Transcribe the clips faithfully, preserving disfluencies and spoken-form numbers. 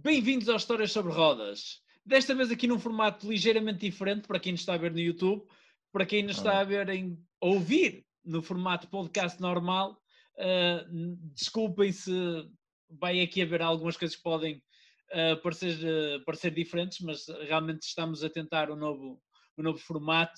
Bem-vindos ao Histórias sobre Rodas. Desta vez aqui num formato ligeiramente diferente para quem nos está a ver no YouTube, para quem nos está a ver em ouvir no formato podcast normal. Uh, desculpem se vai aqui haver algumas coisas que podem uh, parecer, uh, parecer diferentes, mas realmente estamos a tentar um novo, um novo formato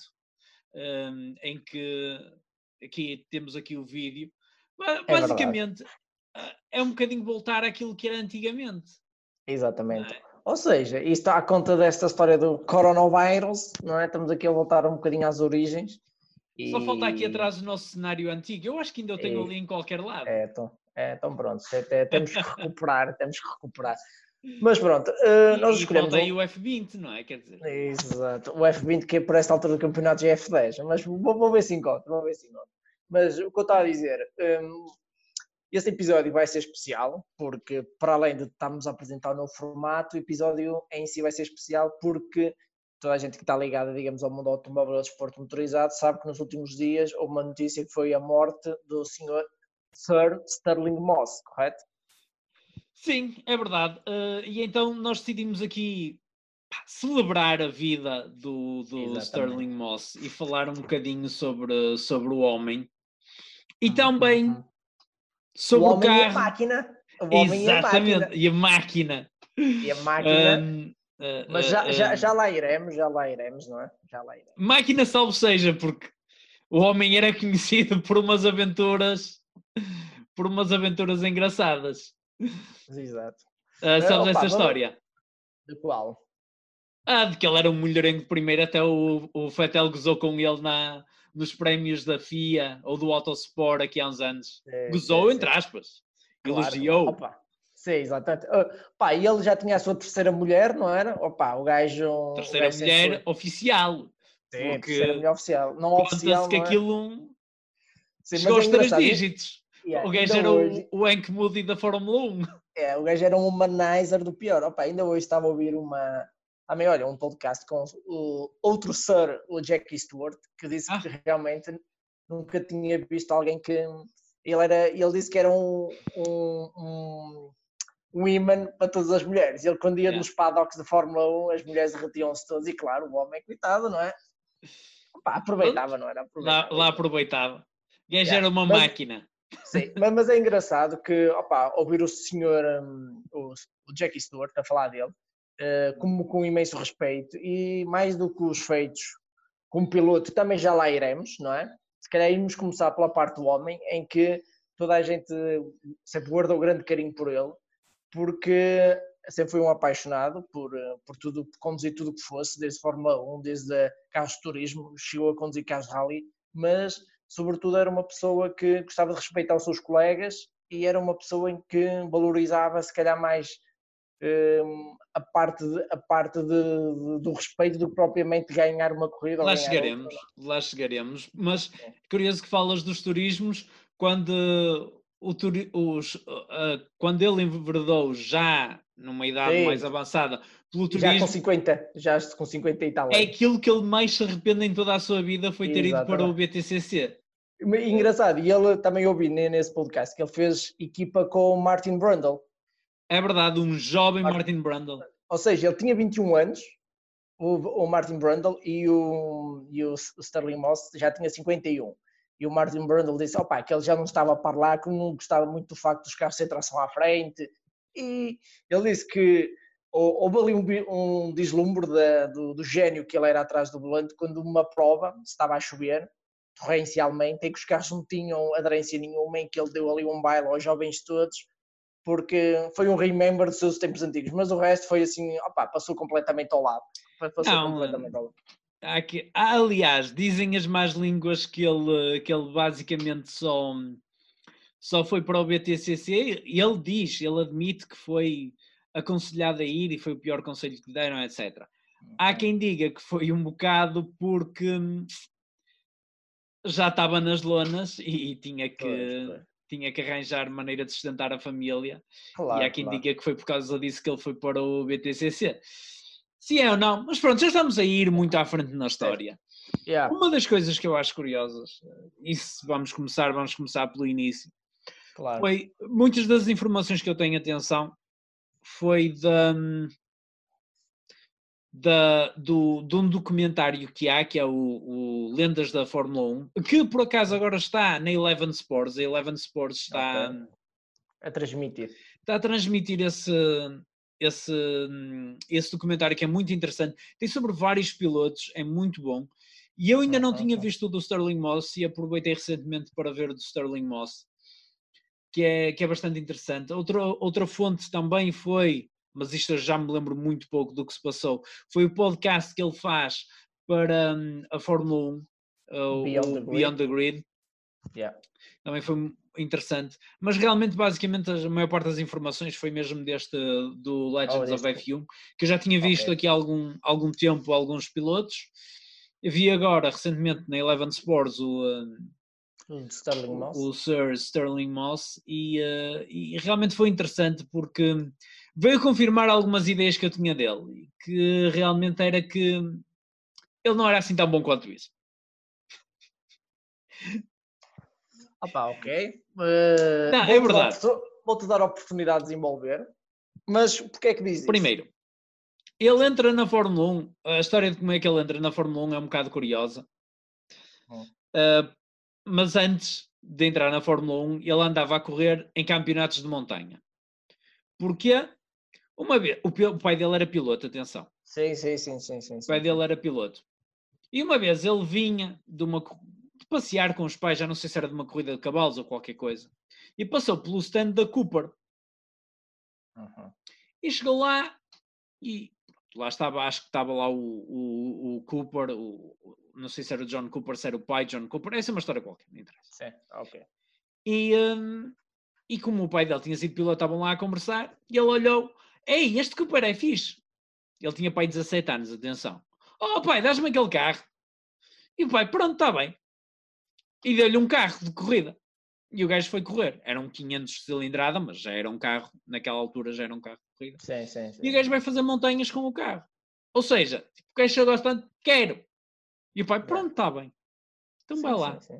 um, em que aqui temos aqui o vídeo. É Basicamente uh, é um bocadinho voltar àquilo que era antigamente. Exatamente. É? Ou seja, isto está à conta desta história do coronavírus, não é? Estamos aqui a voltar um bocadinho às origens. E... Só falta aqui atrás o nosso cenário antigo. Eu acho que ainda o tenho e... ali em qualquer lado. É, então, é, então pronto. É, temos que recuperar, temos que recuperar. Mas pronto, uh, nós e, escolhemos... E falta aí o F vinte, não é? Quer dizer... Exato. O F vinte que por esta altura do campeonato já é F dez. Mas vou, vou ver se encontro, vou ver se encontro. Mas o que eu estava a dizer... Um, Este episódio vai ser especial, porque para além de estarmos a apresentar um novo formato, o episódio em si vai ser especial porque toda a gente que está ligada, digamos, ao mundo automóvel e ao desporto motorizado sabe que nos últimos dias houve uma notícia que foi a morte do senhor Sir Stirling Moss, correto? Sim, é verdade. Uh, e então nós decidimos aqui pá, celebrar a vida do, do Stirling Moss e falar um bocadinho sobre, sobre o homem. E também... Uhum. Sobre o homem o carro. e a máquina. O homem Exatamente, e a máquina. E a máquina. Um, uh, mas já, uh, já, já lá iremos, já lá iremos, não é? Já lá iremos. Máquina salvo seja, porque o homem era conhecido por umas aventuras, por umas aventuras engraçadas. Exato. Uh, sabes uh, opa, essa história? De qual? Ah, de que ele era um mulherengo de primeiro, até o, o Vettel gozou com ele na, nos prémios da F I A ou do Autosport aqui há uns anos. É, gozou, é, entre aspas. Claro, elogiou. Opa. Sim, exatamente. Uh, pá, e ele já tinha a sua terceira mulher, não era? Opa, o gajo... Terceira o gajo mulher sensor... oficial. Sim, terceira mulher oficial. Não oficial, que não é? aquilo... Sim, chegou aos é três dígitos. Yeah, o gajo era hoje... o, o Hank Moody da Fórmula um. É, o gajo era um humanizer do pior. Opa, ainda hoje estava a ouvir uma... Também, olha, um podcast com o outro Sir, o Jackie Stewart, que disse ah. que realmente nunca tinha visto alguém que... Ele, era, ele disse que era um, um, um, um imã para todas as mulheres. Ele, quando ia yeah. nos paddocks de Fórmula um, as mulheres derretiam-se todas. E, claro, o homem, coitado, não é? Opa, aproveitava, não era? Aproveitava. Lá, lá aproveitava. O gajo yeah. era uma mas, máquina. Sim, mas, mas é engraçado que, opa, ouvir o senhor, um, o, o Jackie Stewart, a falar dele, uh, como com imenso respeito, e mais do que os feitos como piloto, também já lá iremos, não é? Se calhar irmos começar pela parte do homem, em que toda a gente sempre guardou grande carinho por ele, porque sempre foi um apaixonado por, por tudo, por conduzir tudo o que fosse, desde Fórmula um, desde carros de turismo, chegou a conduzir carros de rally, mas sobretudo era uma pessoa que gostava de respeitar os seus colegas e era uma pessoa em que valorizava se calhar mais um, a parte, de, a parte de, de, do respeito do que propriamente ganhar uma corrida. Lá chegaremos, outra. lá chegaremos, mas é curioso que falas dos turismos quando, o turi, os, uh, quando ele enverdou já numa idade Sim. mais avançada pelo turismo. Já com cinquenta, já com cinquenta e tal. É aquilo que ele mais se arrepende em toda a sua vida foi ter Exatamente. ido para o B T C C. Engraçado, e ele também ouvi nesse podcast que ele fez equipa com o Martin Brundle. É verdade, um jovem Martin, Martin Brundle. Ou seja, ele tinha vinte e um anos, o, o Martin Brundle, e o, e o Stirling Moss já tinha cinquenta e um. E o Martin Brundle disse opa, que ele já não estava a falar, que não gostava muito do facto dos carros sem tração à frente. E ele disse que houve ali um, um deslumbre da, do, do gênio que ele era atrás do volante quando uma prova, estava a chover, torrencialmente, em que os carros não tinham aderência nenhuma, em que ele deu ali um baile aos jovens todos, porque foi um remember dos seus tempos antigos, mas o resto foi assim, opa, passou completamente ao lado. Passou não, completamente ao lado. Aqui, aliás, dizem as más línguas que ele, que ele basicamente só, só foi para o B T C C, e ele diz, ele admite que foi aconselhado a ir e foi o pior conselho que deram, etcétera. Há quem diga que foi um bocado porque já estava nas lonas e, e tinha que... Pois, pois. tinha que arranjar maneira de sustentar a família, claro, e há quem claro. diga que foi por causa disso que ele foi para o B T C C. Se é ou não, mas pronto, já estamos a ir muito à frente na história. Yeah. Uma das coisas que eu acho curiosas, e se vamos começar, vamos começar pelo início, claro. foi, muitas das informações que eu tenho atenção, foi da, da, do, de um documentário que há, que é o, o Lendas da Fórmula um, que por acaso agora está na Eleven Sports. A Eleven Sports está, okay. a transmitir. Está a transmitir esse, esse, esse documentário que é muito interessante. Tem sobre vários pilotos, é muito bom. E eu ainda não Uhum. tinha visto o do Stirling Moss e aproveitei recentemente para ver o do Stirling Moss, que é, que é bastante interessante. Outra, outra fonte também foi, mas isto eu já me lembro muito pouco do que se passou, foi o podcast que ele faz para um, a Fórmula um, uh, Beyond, o the Beyond the Grid. Yeah. Também foi interessante, mas realmente basicamente a maior parte das informações foi mesmo deste do Legends oh, of F um, que eu já tinha visto okay. aqui há algum, algum tempo alguns pilotos. Eu vi agora recentemente na Eleven Sports o, um, Stirling o, Moss. o Sir Stirling Moss e, uh, e realmente foi interessante porque veio confirmar algumas ideias que eu tinha dele, que realmente era que ele não era assim tão bom quanto isso. Opa, ok. Uh, Não, é vou-te, verdade. dar, vou-te dar a oportunidade de desenvolver, mas porquê é que diz isso? Primeiro, ele entra na Fórmula um, a história de como é que ele entra na Fórmula um é um bocado curiosa, Hum. uh, mas antes de entrar na Fórmula um, ele andava a correr em campeonatos de montanha. Porquê? Uma vez, o, o pai dele era piloto, atenção. Sim, sim, sim, sim, sim. O pai sim, dele sim. era piloto. E uma vez ele vinha de, uma, de passear com os pais, já não sei se era de uma corrida de cavalos ou qualquer coisa, e passou pelo stand da Cooper. Uhum. E chegou lá e lá estava, acho que estava lá o, o, o Cooper, o, não sei se era o John Cooper, se era o pai John Cooper, essa é uma história qualquer, não interessa. Sim, ok. E, um, e como o pai dele tinha sido piloto, estavam lá a conversar, e ele olhou, ei, este Cooper é fixe. Ele tinha pai dezassete anos, atenção. Oh pai, dás-me aquele carro. E o pai, pronto, está bem. E deu-lhe um carro de corrida. E o gajo foi correr. Era um quinhentos de cilindrada, mas já era um carro, naquela altura já era um carro de corrida. Sim, sim, sim. E o gajo vai fazer montanhas com o carro. Ou seja, tipo, o gajo chegou bastante, quero. E o pai, pronto, está bem. Então sim, vai lá. Sim, sim.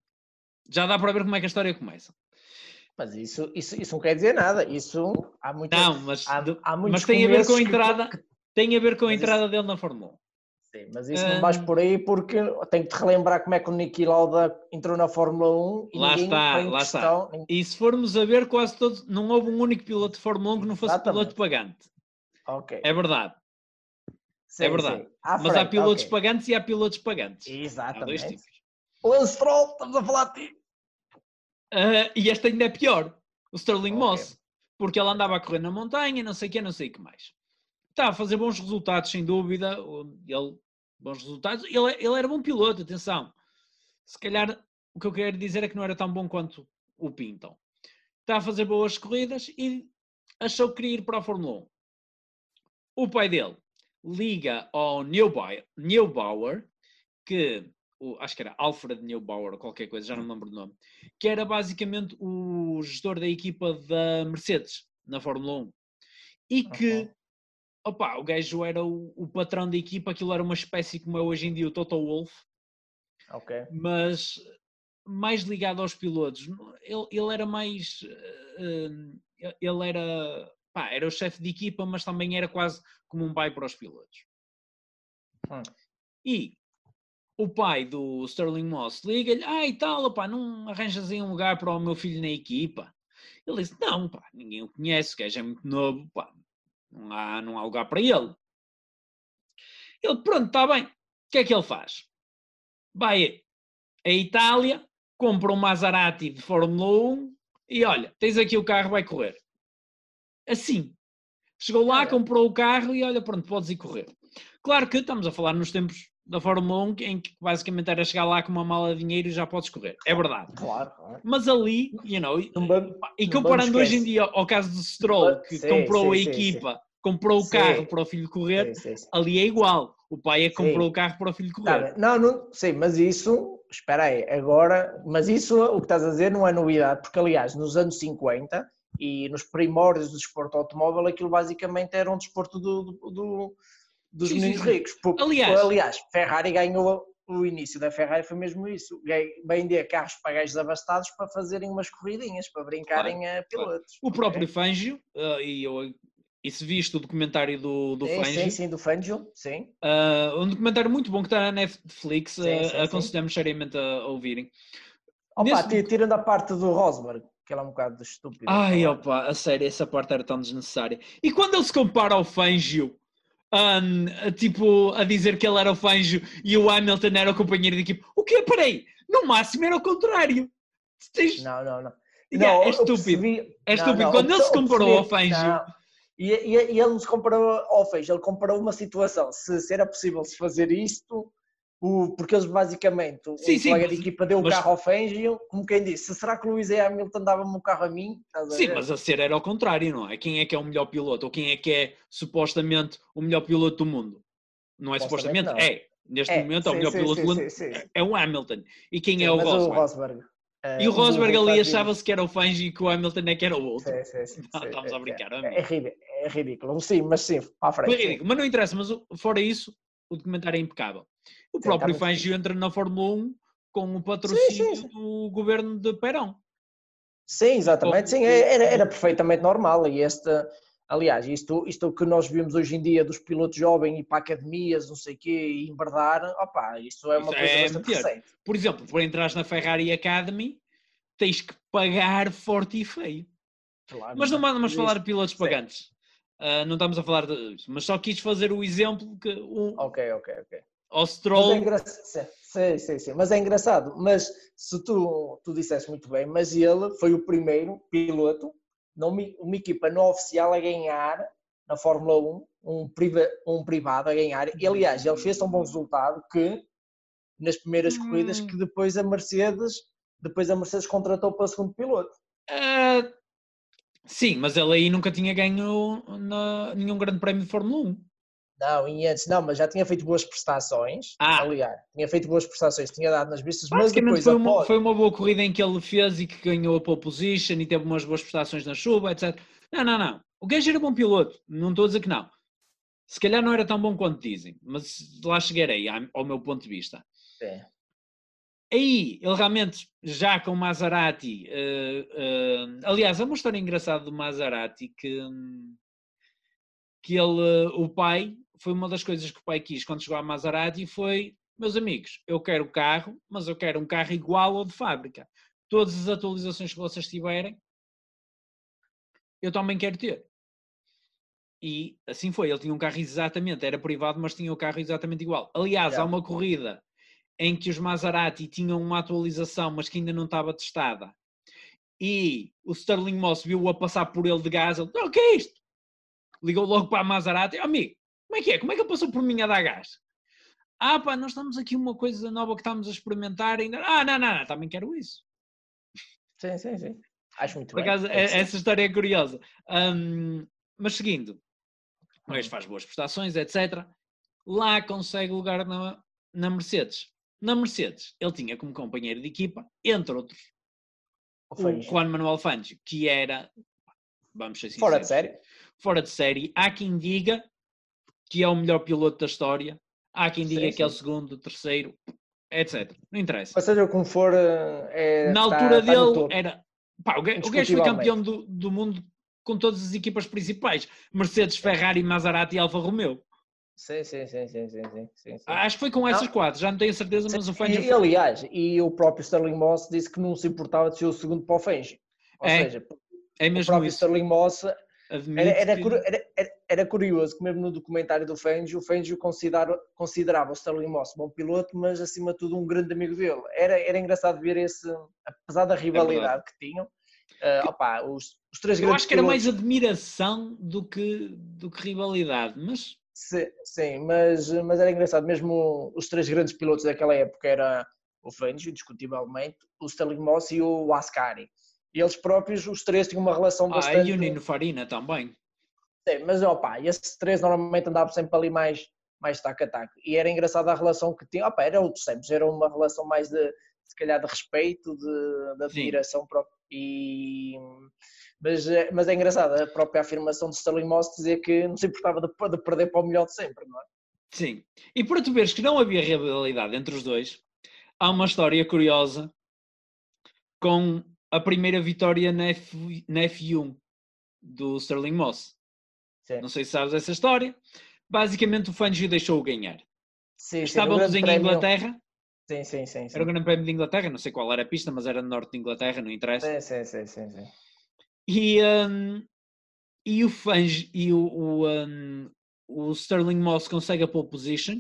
Já dá para ver como é que a história começa. Mas isso, isso, isso não quer dizer nada. Isso há muita, Não, mas, há, de, há mas tem a ver com a entrada. Que, que, tem a ver com a entrada isso, dele na Fórmula um. Sim, mas isso um, não vais por aí porque tenho que te relembrar como é que o Niki Lauda entrou na Fórmula um e lá ninguém está, põe em lá questão. está. E se formos a ver, quase todos, não houve um único piloto de Fórmula um que não fosse Exatamente. piloto pagante. Ok. É verdade. Sim, é verdade. Sim. À Mas há frente, pilotos okay. pagantes e há pilotos pagantes. Exatamente. Há dois tipos. Lance Stroll, estamos a falar de ti. Uh, e este ainda é pior. O Stirling Okay. Moss. Porque ele andava a correr na montanha, não sei o que, não sei o que mais. Está a fazer bons resultados, sem dúvida. Ele, bons resultados. Ele, ele era bom piloto, atenção. Se calhar o que eu quero dizer é que não era tão bom quanto o pintam. Está a fazer boas corridas e achou que queria ir para a Fórmula um. O pai dele liga ao Neubauer, Neubauer que o, acho que era Alfred Neubauer ou qualquer coisa, já não me lembro do nome, que era basicamente o gestor da equipa da Mercedes na Fórmula um. E que, uhum. opa, o gajo era o, o patrão da equipa, aquilo era uma espécie como é hoje em dia o Toto Wolff, okay. mas mais ligado aos pilotos. Ele, ele era mais... Uh, ele era... Pá, era o chefe de equipa, mas também era quase como um pai para os pilotos. Hum. E o pai do Stirling Moss liga-lhe, ah e tal, opá, não arranjas aí um lugar para o meu filho na equipa? Ele disse, não, pá, ninguém o conhece, o gajo é muito novo, pá, não há, não há lugar para ele. Ele, pronto, está bem. O que é que ele faz? Vai a Itália, compra um Maserati de Fórmula um e olha, tens aqui o carro, vai correr. Assim. Chegou lá, comprou o carro e olha, pronto, podes ir correr. Claro que estamos a falar nos tempos da Fórmula um, em que basicamente era chegar lá com uma mala de dinheiro e já podes correr. É verdade. Claro, claro. Mas ali, you know, vamos, e comparando hoje em dia ao caso do Stroll, que sim, comprou sim, a equipa, sim, comprou o carro para o filho correr, ali é igual. O pai é que comprou o carro para o filho correr. Tá, não, não, sim, mas isso, espera aí, agora, mas isso, o que estás a dizer não é novidade, porque aliás, nos anos cinquenta e nos primórdios do desporto automóvel, aquilo basicamente era um desporto do, do, do, dos sim, meninos sim, sim. ricos. Por, aliás, aliás, Ferrari ganhou, o início da Ferrari foi mesmo isso, vender carros para gajos abastados para fazerem umas corridinhas, para brincarem claro, a pilotos. Claro. O próprio okay? Fangio, uh, e eu e se viste o documentário do, do Sim, Fangio, sim, sim, do Fangio, sim. uh, um documentário muito bom que está na Netflix, Sim, uh, sim, sim. aconselhamos seriamente a, a ouvirem. Opa, Nesse ti- docu- tirando a parte do Rosberg, que ela é um bocado estúpida a Ai, falar. opa, a sério, essa parte era tão desnecessária. E quando ele se compara ao Fangio, um, a, tipo, a dizer que ele era o Fangio e o Hamilton era o companheiro de equipe, o quê? Peraí, no máximo era o contrário. Tu tens... Não, não, não. Yeah, é Não, eu estúpido. percebi. É Não, estúpido. não, eu Quando ele perce- se eu comparou ao percebi. Fangio, Não. E, e, e ele nos comparou ao Fangio, ele comparou uma situação, se, se era possível se fazer isto, o, porque eles basicamente, sim, um sim, colega mas, de equipa deu o mas carro ao Fangio, como quem disse, será que o Lewis Hamilton dava-me o carro a mim? Estás a sim, ver? mas a ser era ao contrário, não é? Quem é que é o melhor piloto? Ou quem é que é supostamente o melhor piloto do mundo? Não é Supostamente supostamente? não. É. Neste É, momento é o sim, melhor sim, piloto sim, do sim, mundo. sim, É é o Hamilton. E quem é sim, o mas o Rosberg? Rosberg, E o uh, o Rosberg burro ali quase diz. achava-se que era o Fangio e que o Hamilton é que era o outro. Sim, sim, sim, Não, sim, estamos a brincar, é, é, amigo. ridículo, é ridículo. Sim, mas sim, para a Foi frente, sim. ridículo, mas não interessa. Mas fora isso, o documentário é impecável. O Sim, está próprio muito Fangio fixe. entra na Fórmula um com o Sim, sim, patrocínio sim. do governo de Perón. Sim, Do exatamente. povo Sim, do, era, do era perfeitamente normal. E este, aliás, isto, isto que nós vimos hoje em dia dos pilotos jovens ir para academias, não sei o quê, e embardar, opá, isto é Isso uma coisa é bastante meter. recente. Por exemplo, para entrar na Ferrari Academy, tens que pagar forte e feio. Claro, Mas não não é? vamos Mas falar de isto, pilotos sim. pagantes. Uh, não estamos a falar disso. Mas só quis fazer o exemplo que o, Ok, ok, ok. ao Mas é Stroll... engraçado, sim, sim, sim, sim, mas é engraçado. Mas se tu, tu disseste muito bem, mas ele foi o primeiro piloto, numa, uma equipa não oficial a ganhar na Fórmula um, um, priva, um privado a ganhar. E, aliás, ele fez tão bom resultado que nas primeiras corridas Hum, que depois a Mercedes, depois a Mercedes contratou para o segundo piloto. uh, sim, mas ele aí nunca tinha ganho na, nenhum grande prémio de Fórmula um. Não, e antes, não, mas já tinha feito boas prestações, Ah, aliás, tinha feito boas prestações, tinha dado nas vistas, mas basicamente depois foi uma, após, foi uma boa corrida em que ele fez e que ganhou a pole position e teve umas boas prestações na chuva, etcétera. Não, não, não. O gajo era bom piloto, não estou a dizer que não. Se calhar não era tão bom quanto dizem, mas lá chegarei ao meu ponto de vista. é, Aí, ele realmente, já com o Maserati, uh, uh, aliás, é uma história engraçada do Maserati, que, que ele, o pai, foi uma das coisas que o pai quis quando chegou à Maserati, foi, meus amigos, eu quero o carro, mas eu quero um carro igual ao de fábrica. Todas as atualizações que vocês tiverem, eu também quero ter. E assim foi, ele tinha um carro exatamente, era privado, mas tinha o carro exatamente igual. Aliás, há yeah. uma corrida em que os Maserati tinham uma atualização, mas que ainda não estava testada. E o Sterling Moss viu-o a passar por ele de gás. Ele, o que é isto? Ligou logo para a Maserati. Amigo, como é que é? Como é que ele passou por mim a dar gás? Ah, pá, nós estamos aqui uma coisa nova que estamos a experimentar. Ainda... Ah, não, não, não, também quero isso. Sim, sim, sim. Acho muito Por bem, acaso, tem que ser. essa história é curiosa. Um, mas seguindo, o gajo Hum. faz boas prestações, etcétera. Lá consegue lugar na, na Mercedes. Na Mercedes, ele tinha como companheiro de equipa, entre outros, O o Fangio. Juan Manuel Fangio, que era, vamos ser Fora de sinceros, série? fora de série. Há quem diga que é o melhor piloto da história, há quem diga Sim, que é o sim. segundo, terceiro, etcétera. Não interessa. Mas seja como for, é, Na está, altura está no dele, topo, era... Pá, o ga- o gajo foi campeão indiscutivelmente. do, do mundo com todas as equipas principais. Mercedes, Ferrari, Maserati e Alfa Romeo. Sim, sim, sim, sim, sim, sim, sim, sim. Acho que foi com essas Não, quatro, já não tenho certeza, sim, mas o e, Fangio e, foi. aliás, e o próprio Sterling Moss disse que não se importava de ser o segundo para o Fangio. Ou É, seja, é o mesmo próprio isso. Sterling Moss era, Admito era, que... era, era, era curioso que mesmo no documentário do Fangio, o Fangio considera, considerava o Sterling Moss bom piloto, mas acima de tudo um grande amigo dele. Era, era engraçado ver esse, apesar da É verdade. rivalidade que tinham, uh, opa, os, os três Eu grandes acho que era mais pilotos. admiração do que, do que rivalidade, mas... Sim, sim, mas, mas era engraçado, mesmo os três grandes pilotos daquela época era o Fangio, indiscutivelmente, o Sterling Moss e o Ascari. E eles próprios, os três, tinham uma relação Ah, e o bastante. Nino Farina também. Sim, mas opa, esses três normalmente andavam sempre ali mais, mais taco a taco. E era engraçado a relação que tinha. Opa, era outros tempos, era uma relação mais de, se calhar, de respeito, de, de Sim, admiração própria. E, mas, mas é engraçado a própria afirmação de Sterling Moss dizer que não se importava de, de perder para o melhor de sempre, não é? sim. E para tu veres que não havia rivalidade entre os dois, há uma história curiosa com a primeira vitória na, F, na F um do Sterling Moss. sim. Não sei se sabes essa história. Basicamente o Fangio deixou-o ganhar. Sim, Estávamos sim, em prémio... Inglaterra. Sim, sim, sim, sim. Era o Grande Prémio de Inglaterra, não sei qual era a pista, mas era no norte de Inglaterra, não interessa. Sim, sim, sim, sim, sim. E, um, e o Fangio e o, o, um, o Sterling Moss consegue a pole position.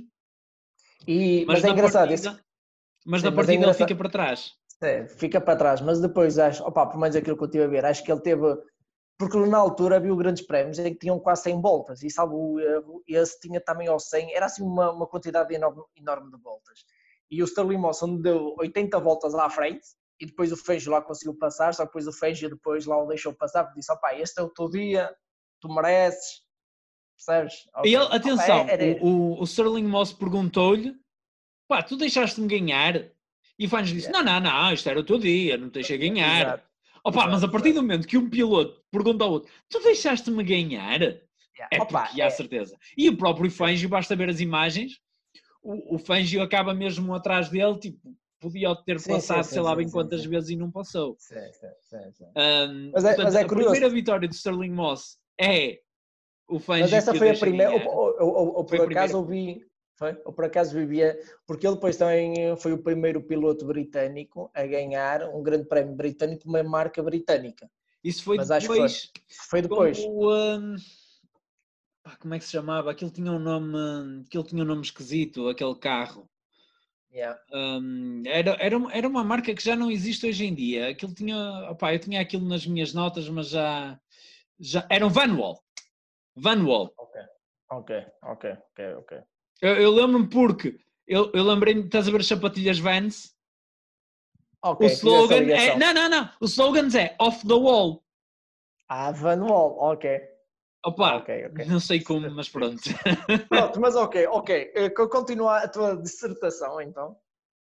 E, mas, mas é na engraçado partida, isso. mas Sim, na mas é partida ele engraçado. fica para trás. É, fica para trás, mas depois acho, opa, por mais aquilo que eu estive a ver, acho que ele teve, porque na altura havia grandes prémios em que tinham quase cem voltas, e salvo o erro, esse tinha também aos cem, era assim uma, uma quantidade enorme, enorme de voltas. E o Sterling Moss deu oitenta voltas à frente, e depois o Fangio lá conseguiu passar, só que depois o Fangio depois lá o deixou passar, porque disse, opa, este é o teu dia, tu mereces, percebes? E ele, Okay. atenção, Opa, é, é, o, o, o Sterling Moss perguntou-lhe, pá, tu deixaste-me ganhar? E o Fangio disse, yeah. não, não, não, isto era o teu dia, não te deixei ganhar. Exato. Opa, mas Exato, a partir exato. do momento que um piloto pergunta ao outro, tu deixaste-me ganhar? Yeah. É Opa, porque há é, certeza. E o próprio sim. Fangio, basta ver as imagens, o, o Fangio acaba mesmo atrás dele, tipo, podia ter Sim, sim, passado sei sim, lá sim, bem sim, quantas sim. vezes e não passou. Sim, sim, sim, sim. Um, Mas, é, portanto, mas é a curioso. primeira vitória do Sterling Moss é o Mas Fangio essa que o foi a deixa primeira, ou, ganhar. ou, ou, ou Foi por a primeira. acaso ouvi, foi? Ou por acaso vivia, porque ele depois também foi o primeiro piloto britânico a ganhar um grande prémio britânico, uma marca britânica. Isso foi Mas acho que foi, depois, foi com depois. o... Um, pá, como é que se chamava? Aquilo tinha um nome, aquilo tinha um nome esquisito, aquele carro. Yeah. Um, era, era, era uma marca que já não existe hoje em dia. Aquilo tinha, opá, eu tinha aquilo nas minhas notas, mas já, já era um Vanwall. Vanwall. Ok, ok, ok, ok, ok. Eu, eu lembro-me porque eu, eu lembrei-me, estás a ver as sapatilhas Vans? Ok, O fiz essa slogan é, ligação. não, não, não, o slogan é off the wall. Ah, Van Wall, ok. Opa, Ok, ok. não sei como, mas pronto. Pronto, mas ok, ok. Continua a tua dissertação então.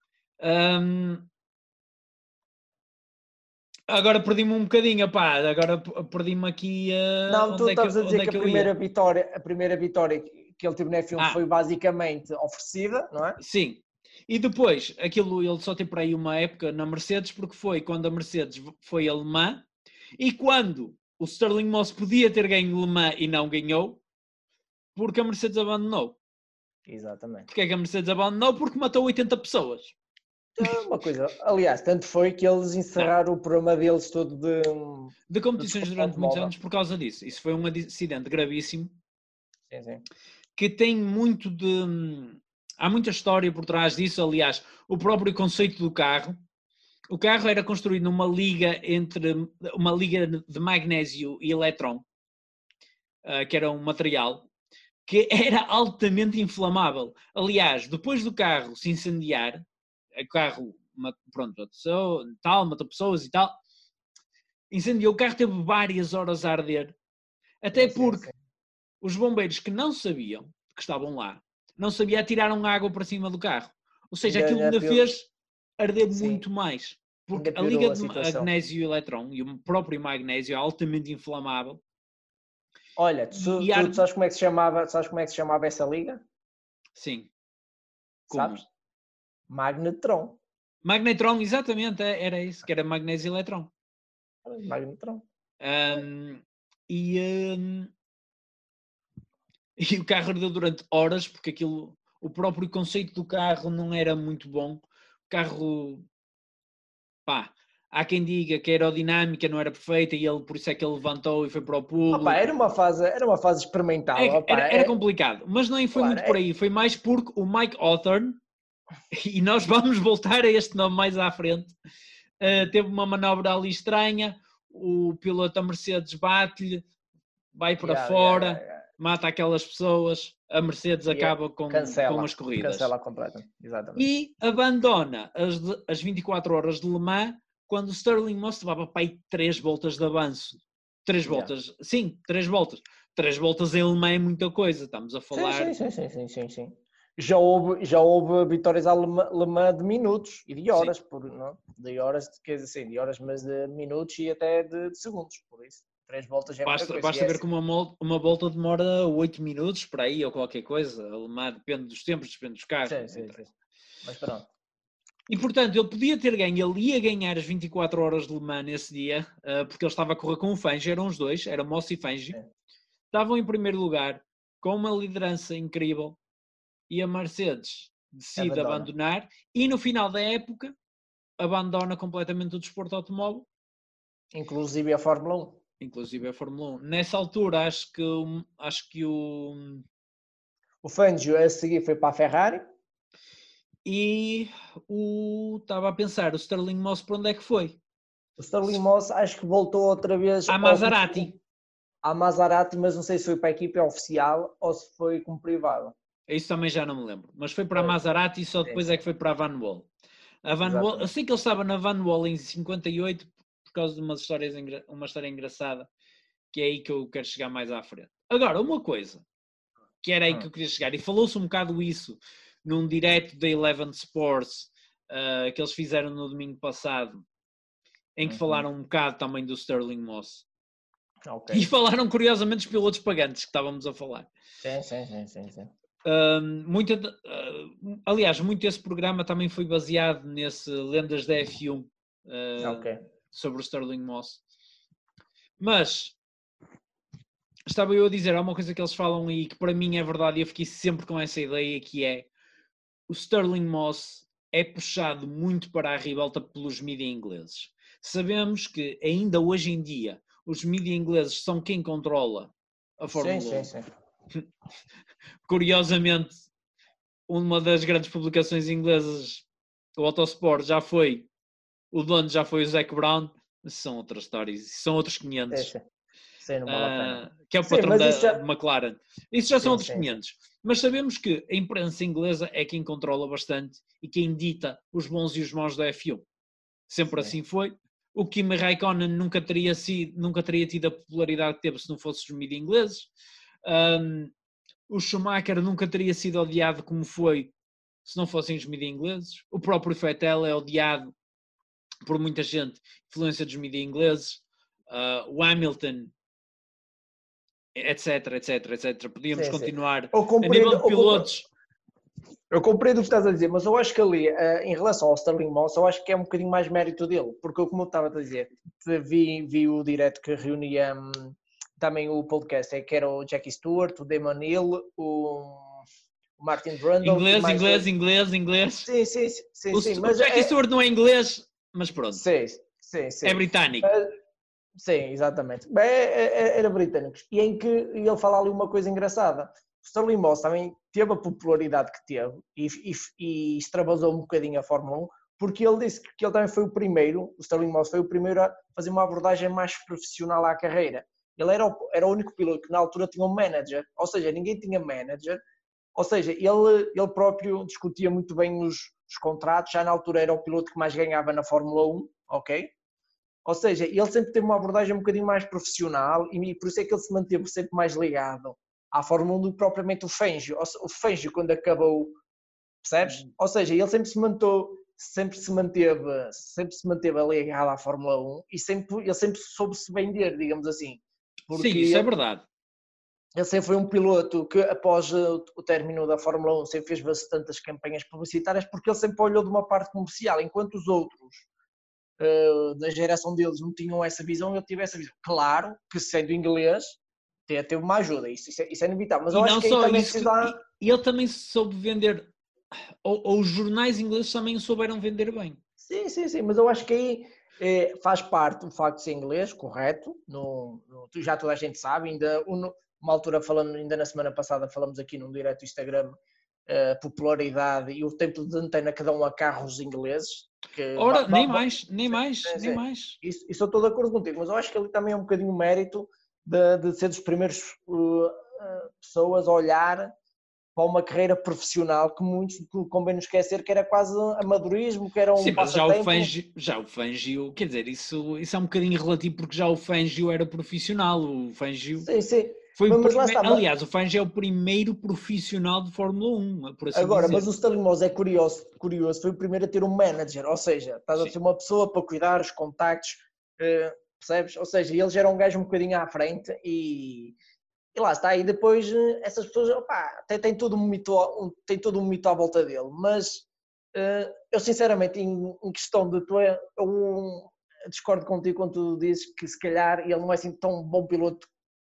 um, agora perdi-me um bocadinho, pá, agora perdi-me aqui uh, Não, tu onde, é que, estavas a dizer onde é que a que eu ia. primeira vitória, a primeira vitória que ele teve na F um Ah, foi basicamente oferecida, não é? sim. E depois, aquilo ele só teve por aí uma época na Mercedes, porque foi quando a Mercedes foi alemã e quando o Sterling Moss podia ter ganho Le Mans e não ganhou, porque a Mercedes abandonou. Exatamente. Porque é que a Mercedes abandonou? Porque matou oitenta pessoas. Uma coisa, aliás, tanto foi que eles encerraram o programa deles todo de, De de competições desporto durante muitos automóvel. anos por causa disso. Isso foi um acidente gravíssimo Sim, sim. que tem muito de... Há muita história por trás disso. Aliás, o próprio conceito do carro. O carro era construído numa liga entre uma liga de magnésio e elétron, que era um material que era altamente inflamável. Aliás, depois do carro se incendiar, o carro, pronto, tal, matou pessoas e tal, incendiou, o carro teve várias horas a arder, até Sim, sim, porque sim. os bombeiros que não sabiam que estavam lá, não sabiam, tiraram água para cima do carro. Ou seja, Ainda, aquilo ainda ainda pior, fez arder sim, muito mais. Porque ainda a liga piorou a de situação. magnésio e elétron e o próprio magnésio é altamente inflamável. Olha, tu, E, e tu, ar... tu sabes como é que se chamava, sabes como é que se chamava essa liga? Sim, Sabes? como? Magnetron. Magnetron, exatamente, era isso, que era magnésio e elétron. Magnetron. Um, e, um, e o carro ardeu durante horas, porque aquilo, o próprio conceito do carro não era muito bom. O carro, pá, há quem diga que a aerodinâmica não era perfeita e ele, por isso é que ele levantou e foi para o Opa, era público. uma fase, era uma fase experimental. É, Opa, era, era é, complicado, mas não foi claro, muito por é, aí, foi mais porque o Mike Hawthorne, e nós vamos voltar a este nome mais à frente, uh, teve uma manobra ali estranha, o piloto da Mercedes bate-lhe, vai para yeah, yeah, yeah, fora, yeah. mata aquelas pessoas, a Mercedes Yeah. acaba com, com Cancela, as corridas. cancela completamente, exatamente. E abandona as, de, as vinte e quatro horas de Le Mans quando o Sterling Moss levava para aí três voltas de avanço. Três Yeah. voltas, sim, três voltas. Três voltas em Le Mans é muita coisa, estamos a Sim, falar... sim, sim, sim, sim, sim, sim. Já houve, já houve vitórias à Le Mans de minutos e de Sim. horas, por, não? De horas, quer dizer, sim, de horas, mas de minutos e até de, de segundos, por isso. Três voltas é muita Basta, coisa. basta É ver assim. que uma, uma volta demora oito minutos, para aí, ou qualquer coisa. A Le Mans depende dos tempos, depende dos carros. Sim, sim, sim. Mas pronto. E, portanto, ele podia ter ganho, ele ia ganhar as vinte e quatro horas de Le Mans nesse dia, uh, porque ele estava a correr com o Fangio, eram os dois, era Moss e Fangio. Sim. estavam em primeiro lugar, com uma liderança incrível, e a Mercedes decide Abandona. abandonar, e no final da época abandona completamente o desporto automóvel. Inclusive a Fórmula um. Inclusive a Fórmula um. Nessa altura, acho que, acho que o... O Fangio a seguir foi para a Ferrari. E o... estava a pensar, o Sterling Moss para onde é que foi? O Sterling Moss acho que voltou outra vez... A Maserati. A Maserati, mas não sei se foi para a equipe oficial ou se foi como privado. Isso também já não me lembro. Mas foi para a Maserati e só depois sim, sim. é que foi para a Van Wall. A Van Wall, eu sei que ele estava na Van Wall em cinquenta e oito por causa de umas histórias, uma história engraçada, que é aí que eu quero chegar mais à frente. Agora, uma coisa, que era aí que eu queria chegar, e falou-se um bocado isso num direto da Eleven Sports uh, que eles fizeram no domingo passado, em que uhum. falaram um bocado também do Sterling Moss. Okay. E falaram curiosamente dos pilotos pagantes que estávamos a falar. Sim, sim, sim, sim, sim. Uh, muita, uh, aliás, muito desse programa também foi baseado nesse Lendas da F um uh, okay. sobre o Sterling Moss. Mas estava eu a dizer, há uma coisa que eles falam aí que para mim é verdade e eu fiquei sempre com essa ideia, que é o Sterling Moss é puxado muito para a ribalta pelos mídia ingleses. Sabemos que ainda hoje em dia os mídia ingleses são quem controla a Fórmula um. Sim, sim, sim. Curiosamente, uma das grandes publicações inglesas, o Autosport, já foi, o dono já foi o Zac Brown, mas são outras histórias, são outros quinhentos. Sim, sim. Sim, não vale a pena. Uh, que é o sim, patrão da já... McLaren. Isso já sim, são outros sim. quinhentos. Mas sabemos que a imprensa inglesa é quem controla bastante e quem dita os bons e os maus da F um. Sempre sim. assim foi. O Kimi Raikkonen nunca teria, sido, nunca teria tido a popularidade que teve se não fosse os mídia ingleses. Um, o Schumacher nunca teria sido odiado como foi se não fossem os mídia ingleses. O próprio Vettel é odiado por muita gente, influência dos mídia ingleses. Uh, o Hamilton, etc, etc, etc. Podíamos sim, continuar sim. A nível de pilotos. Eu compreendo o que estás a dizer, mas eu acho que ali, uh, em relação ao Sterling Moss, eu acho que é um bocadinho mais mérito dele, porque eu, como eu estava a dizer, vi, vi o direto que reunia um, também o podcast, é, que era o Jackie Stewart, o Damon Hill, o Martin Brundle. Inglês, inglês, o... inglês, inglês. Sim, sim, sim. O, sim o mas Jackie é... Stewart não é inglês, mas pronto. Sim, sim, sim. É britânico. Mas... Sim, exatamente. Bem, era britânico. E em que ele fala ali uma coisa engraçada. O Sterling Moss também teve a popularidade que teve e, e, e extravasou um bocadinho a Fórmula um, porque ele disse que ele também foi o primeiro, o Sterling Moss foi o primeiro a fazer uma abordagem mais profissional à carreira. Ele era o, era o único piloto que na altura tinha um manager, ou seja, ninguém tinha manager, ou seja, ele, ele próprio discutia muito bem os, os contratos, já na altura era o piloto que mais ganhava na Fórmula um, ok? Ou seja, ele sempre teve uma abordagem um bocadinho mais profissional e por isso é que ele se manteve sempre mais ligado à Fórmula um do que propriamente o Fangio. O Fangio, quando acabou, percebes? Ou seja, ele sempre se manteve, sempre se manteve, sempre se manteve ligado à Fórmula um e sempre, ele sempre soube se vender, digamos assim. Sim, isso é verdade. Ele sempre foi um piloto que, após o término da Fórmula um, sempre fez bastantes campanhas publicitárias porque ele sempre olhou de uma parte comercial, enquanto os outros Uh, da geração deles não tinham essa visão, eu tive essa visão. Claro que sendo inglês teve uma ajuda, isso, isso, é, isso é inevitável, mas e eu acho que aí também isso, precisa... E ele também soube vender, ou, ou os jornais ingleses também souberam vender bem. Sim, sim, sim, mas eu acho que aí eh, faz parte o facto de ser inglês, correto, no, no, já toda a gente sabe, ainda uma altura falando, ainda na semana passada falamos aqui num direto do Instagram, a popularidade e o tempo de antena que dão a carros ingleses. Que Ora, nem mais, nem sim, mais, sim, nem sim. mais. Isso, isso eu estou de acordo contigo, mas eu acho que ali também é um bocadinho mérito de, de ser dos primeiros uh, uh, pessoas a olhar para uma carreira profissional que muitos convém não esquecer que era quase amadorismo, que era um sim, mas passatempo. já o Fangio, já o Fangio, quer dizer, isso, isso é um bocadinho relativo porque já o Fangio era profissional, o Fangio... Sim, sim. Foi mas, o mas prime... está, Aliás, mas... o Fangio é o primeiro profissional de Fórmula um, por assim Agora, dizer. mas o Sterling Moss é curioso, curioso, foi o primeiro a ter um manager, ou seja, estás a ter uma pessoa para cuidar os contactos, uh, percebes? Ou seja, ele já era um gajo um bocadinho à frente e, e lá está, e depois essas pessoas, opá, tem, tem, todo um mito, um, tem todo um mito à volta dele, mas uh, eu sinceramente, em, em questão de tu, eu, eu discordo contigo quando tu dizes que se calhar ele não é assim tão bom piloto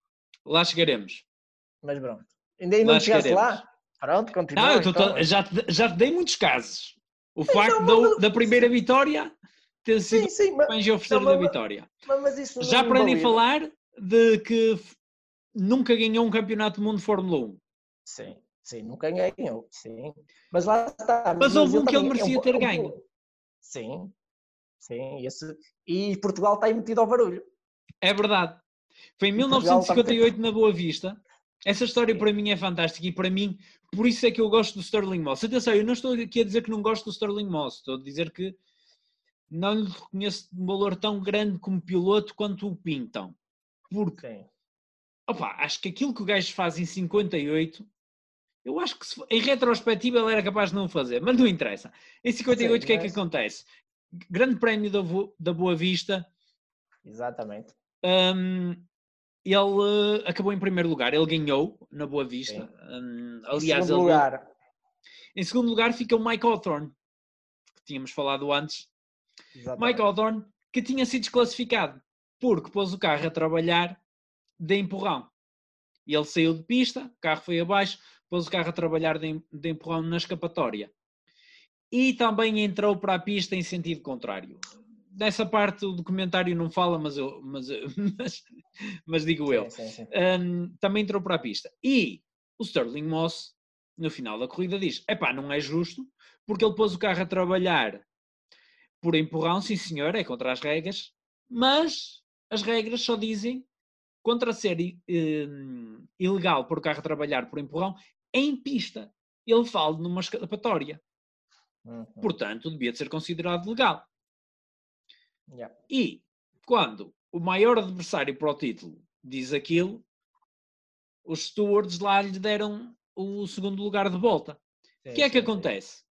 lá chegaremos. Mas pronto. Ainda aí não Lá chegaste chegaremos. lá? Pronto, continua. Não, eu tô, então. tô- já, te, já te dei muitos casos. O Sim, facto não, da, mas, da primeira vitória ter sido sim, sim, o mas, Fangio não, oferecer da mas, vitória. mas, mas isso Já não para nem invalida. falar de que f- nunca ganhou um campeonato do mundo de Fórmula um. Sim, sim, nunca ganhou, sim. Mas lá está, Mas mas houve ele um que ele também é um, merecia ter é um ganho. piloto. Sim, sim, esse, e Portugal está aí metido ao barulho. É verdade. Foi em E Portugal está metido. mil novecentos e cinquenta e oito na Boa Vista. Essa história Sim. para mim é fantástica e para mim, por isso é que eu gosto do Sterling Moss. Atenção, eu não estou aqui a dizer que não gosto do Sterling Moss, estou a dizer que não lhe reconheço um valor tão grande como piloto quanto o pintam. Porque, Sim. opa, acho que aquilo que o gajo faz em cinquenta e oito, eu acho que se, em retrospectiva ele era capaz de não fazer, mas não interessa. Em cinquenta e oito o que é que mas... acontece? Grande Prémio da, da Boa Vista. Exatamente. Um, ele uh, acabou em primeiro lugar, ele ganhou na Boa Vista. Um, Em aliás, segundo ele, lugar. em segundo lugar fica o Mike Hawthorne, que tínhamos falado antes. Exatamente. Mike Hawthorne, que tinha sido desclassificado porque pôs o carro a trabalhar de empurrão. E ele saiu de pista, o carro foi abaixo, pôs o carro a trabalhar de, de empurrão na escapatória. E também entrou para a pista em sentido contrário. Nessa parte o documentário não fala, mas, eu, mas, mas, mas digo sim, eu. Sim, sim. Um, também entrou para a pista. E o Sterling Moss, no final da corrida, diz: epá, não é justo, porque ele pôs o carro a trabalhar por empurrão, sim senhor, é contra as regras, mas as regras só dizem contra ser um, ilegal por o carro a trabalhar por empurrão em pista. Ele fala numa escapatória. Uhum. Portanto, devia de ser considerado legal. Yeah. E quando o maior adversário para o título diz aquilo, os stewards lá lhe deram o segundo lugar de volta. O que é que sim, acontece?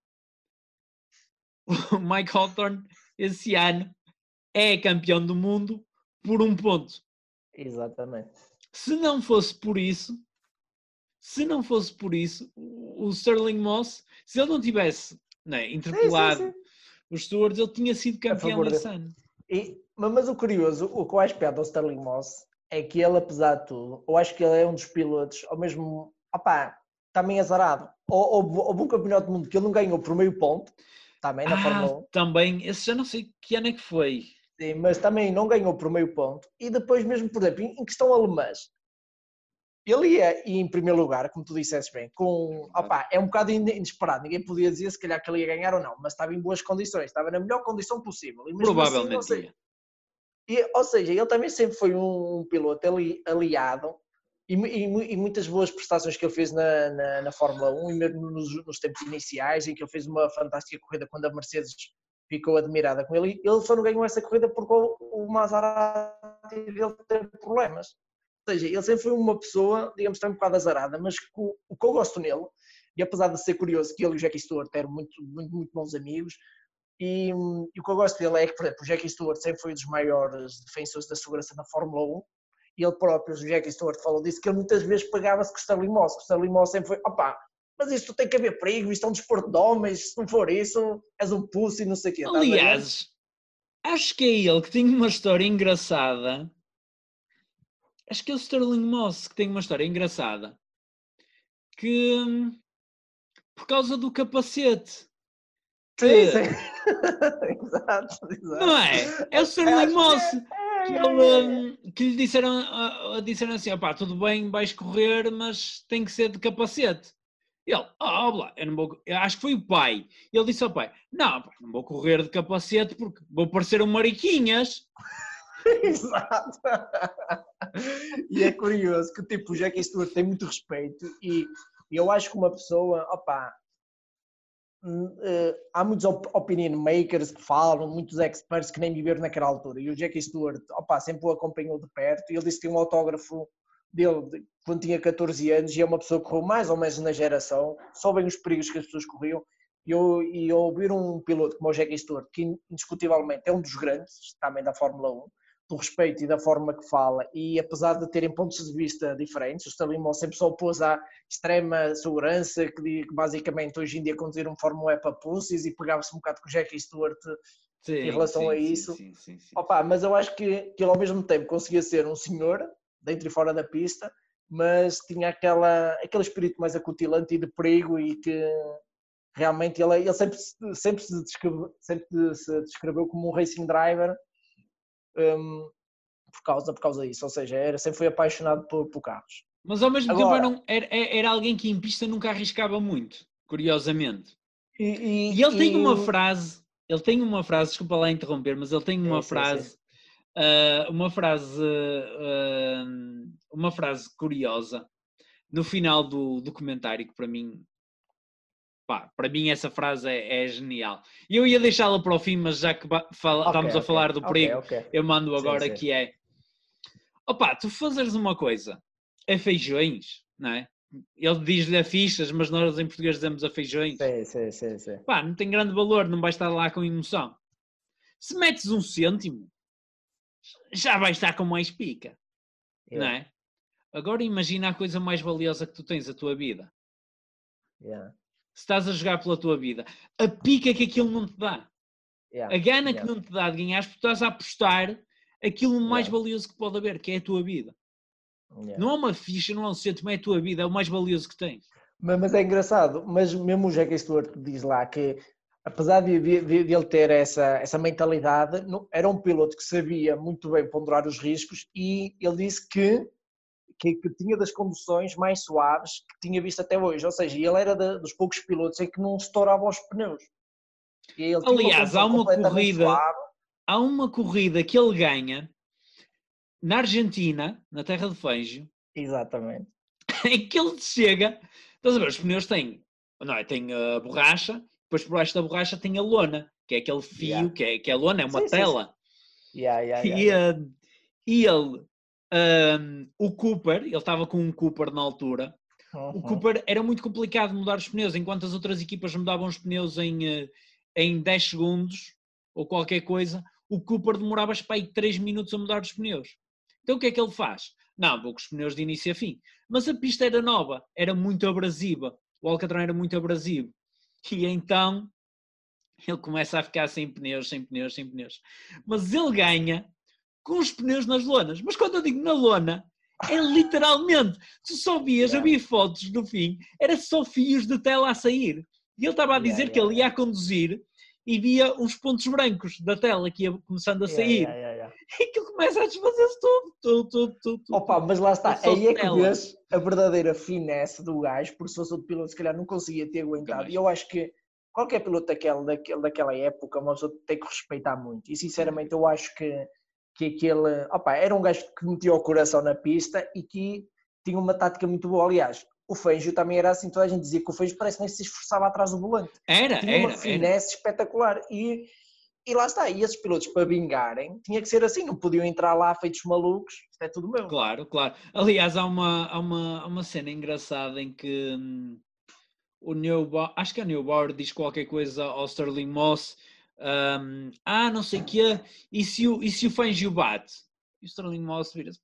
O Mike Hawthorne, esse ano, é campeão do mundo por um ponto. Exatamente. Se não fosse por isso, se não fosse por isso, o Sterling Moss, se ele não tivesse né, interpelado sim, sim, sim. os stewards, ele tinha sido campeão esse dele. ano. E, mas o curioso, o que eu acho piada ao Sterling Moss é que ele, apesar de tudo, eu acho que ele é um dos pilotos, ao mesmo, opá, também azarado. Houve, houve um campeonato do mundo que ele não ganhou por meio ponto, também na ah, Fórmula um. Também, esse já não sei que ano é que foi. Sim, mas também não ganhou por meio ponto. E depois mesmo, por exemplo, em questão alemãs, ele ia em primeiro lugar, como tu disseste bem, com, opá, é um bocado inesperado, ninguém podia dizer se calhar que ele ia ganhar ou não, mas estava em boas condições, estava na melhor condição possível. E mesmo Provavelmente assim, ou seja, ia. E, ou seja, ele também sempre foi um, um piloto ali, aliado e, e, e, muitas boas prestações que ele fez na, na, na Fórmula um e mesmo nos, nos tempos iniciais, em que ele fez uma fantástica corrida quando a Mercedes ficou admirada com ele. Ele só não ganhou essa corrida porque o, o Maserati dele teve problemas. Ou seja, ele sempre foi uma pessoa, digamos, também um bocado azarada, mas que, o, o que eu gosto nele, e apesar de ser curioso que ele e o Jackie Stewart eram muito, muito, muito bons amigos, E, e o que eu gosto dele é que, por exemplo, o Jackie Stewart sempre foi um dos maiores defensores da segurança na Fórmula um, e ele próprio, o Jackie Stewart, falou disso, que ele muitas vezes pagava-se com o Sterling Moss, que o Sterling Moss sempre foi, opá, mas isto tem que haver perigo, isto é um desporto de homens, se não for isso, és um pussy, não sei o quê, estás a ver? Aliás, acho que é ele que tem uma história engraçada. Acho que é o Sterling Moss que tem uma história engraçada. Que, por causa do capacete. Que, Sim, sim. exato, exato. não é? É o Sterling Moss. Que, ele, que lhe disseram, uh, disseram assim, opá, tudo bem, vais correr, mas tem que ser de capacete. Ele, ah, oh, eu não vou, eu acho que foi o pai. Ele disse ao pai, não, pá, não vou correr de capacete porque vou parecer um mariquinhas. Exato. E é curioso que tipo, o Jackie Stewart tem muito respeito e eu acho que uma pessoa, opá, Uh, há muitos op opinion makers que falam, muitos experts que nem viveram naquela altura, e o Jackie Stewart, opa, sempre o acompanhou de perto, e ele disse que tem um autógrafo dele de, quando tinha catorze anos, e é uma pessoa que correu mais ou menos na geração, soubem os perigos que as pessoas corriam, e eu, e eu ouvir um piloto como o Jackie Stewart, que indiscutivelmente é um dos grandes, também da Fórmula um, do respeito e da forma que fala, e apesar de terem pontos de vista diferentes, o Sterling Moss sempre se opôs à extrema segurança, que, que basicamente hoje em dia conduzir um Fórmula um é para pussies, e pegava-se um bocado com o Jackie Stewart sim, em relação sim, a isso. Sim, sim, sim, sim. Opa, mas eu acho que, que ele ao mesmo tempo conseguia ser um senhor, dentro e fora da pista, mas tinha aquela, aquele espírito mais acutilante e de perigo e que realmente ele, ele sempre, sempre, se descreveu, sempre se descreveu como um racing driver um, por, causa, por causa disso, ou seja, era, sempre foi apaixonado por, por carros. Mas ao mesmo Agora, tempo era, era, era alguém que em pista nunca arriscava muito, curiosamente. E, e, E ele tem e uma eu... frase, ele tem uma frase, desculpa lá interromper, mas ele tem uma sim, frase, sim, sim. Uh, uma frase, uh, uma frase curiosa no final do documentário que para mim, pá, para mim essa frase é, é genial. E eu ia deixá-la para o fim, mas já que fala, Okay, estamos a okay, falar do okay, perigo, okay. eu mando agora sim, sim. que é, opá, tu fazeres uma coisa a feijões, não é? Ele diz-lhe a fichas, mas nós em português dizemos a feijões. Sim, sim, sim, sim. Pá, não tem grande valor, não vai estar lá com emoção. Se metes um cêntimo, já vai estar com mais pica, yeah. Não é? Agora imagina a coisa mais valiosa que tu tens, a tua vida. Yeah. Se estás a jogar pela tua vida, a pica que aquilo não te dá. Yeah. A gana Yeah. que não te dá de ganhar, porque estás a apostar aquilo mais Yeah. valioso que pode haver, que é a tua vida. Yeah. Não é uma ficha, não é um cêntimo, é a tua vida, é o mais valioso que tens. Mas, mas é engraçado, mas mesmo o Jackie Stewart diz lá que, apesar de, de, de ele ter essa, essa mentalidade, não, era um piloto que sabia muito bem ponderar os riscos e ele disse que, que, que tinha das conduções mais suaves que tinha visto até hoje. Ou seja, ele era de, dos poucos pilotos em que não estourava os pneus. E ele Aliás, tinha uma há uma corrida, suave. há uma corrida que ele ganha na Argentina, na terra de Fangio. Exatamente. Em que ele chega, estás a ver, os pneus têm, não é, tem a borracha, depois por baixo da borracha tem a lona, que é aquele fio, yeah. que, é, que é a lona, é uma sim, tela. Sim, sim. Yeah, yeah, yeah, e, yeah. Uh, e ele, um, o Cooper, ele estava com um Cooper na altura, uhum. O Cooper era muito complicado mudar os pneus, enquanto as outras equipas mudavam os pneus em, em dez segundos, ou qualquer coisa, o Cooper demorava para aí três minutos a mudar os pneus. Então o que é que ele faz? Não, vou com os pneus de início a fim. Mas a pista era nova, era muito abrasiva. O Alcatrão era muito abrasivo. E então ele começa a ficar sem pneus, sem pneus, sem pneus. Mas ele ganha com os pneus nas lonas. Mas quando eu digo na lona, é literalmente. Tu só vias, yeah. Eu vi fotos no fim, era só fios de tela a sair. E ele estava a dizer yeah, que yeah, ele ia yeah. a conduzir e via uns pontos brancos da tela que ia começando a sair. Yeah, yeah, yeah. E que começa a desfazer-se tudo, tudo, tudo, tudo, tudo. Opa, mas lá está, aí é que vês a verdadeira finesse do gajo, porque se fosse outro piloto se calhar não conseguia ter aguentado. E eu acho que qualquer piloto daquela, daquela, daquela época, uma pessoa tem que respeitar muito. E sinceramente eu acho que, que aquele, opa, era um gajo que metia o coração na pista e que tinha uma tática muito boa. Aliás, o Fangio também era assim, toda a gente dizia que o Fangio parece que nem se esforçava atrás do volante. Era, tinha era, uma finesse era. espetacular. E E lá está, e esses pilotos para vingarem, tinha que ser assim, não podiam entrar lá feitos malucos, isto é tudo meu. Claro, claro. Aliás, há uma, há uma, uma cena engraçada em que hum, o Neubauer, acho que é o Neubauer, diz qualquer coisa ao Sterling Moss, um, ah, não sei o quê, e se o, e se o Fangio bate? E o Sterling Moss vira-se,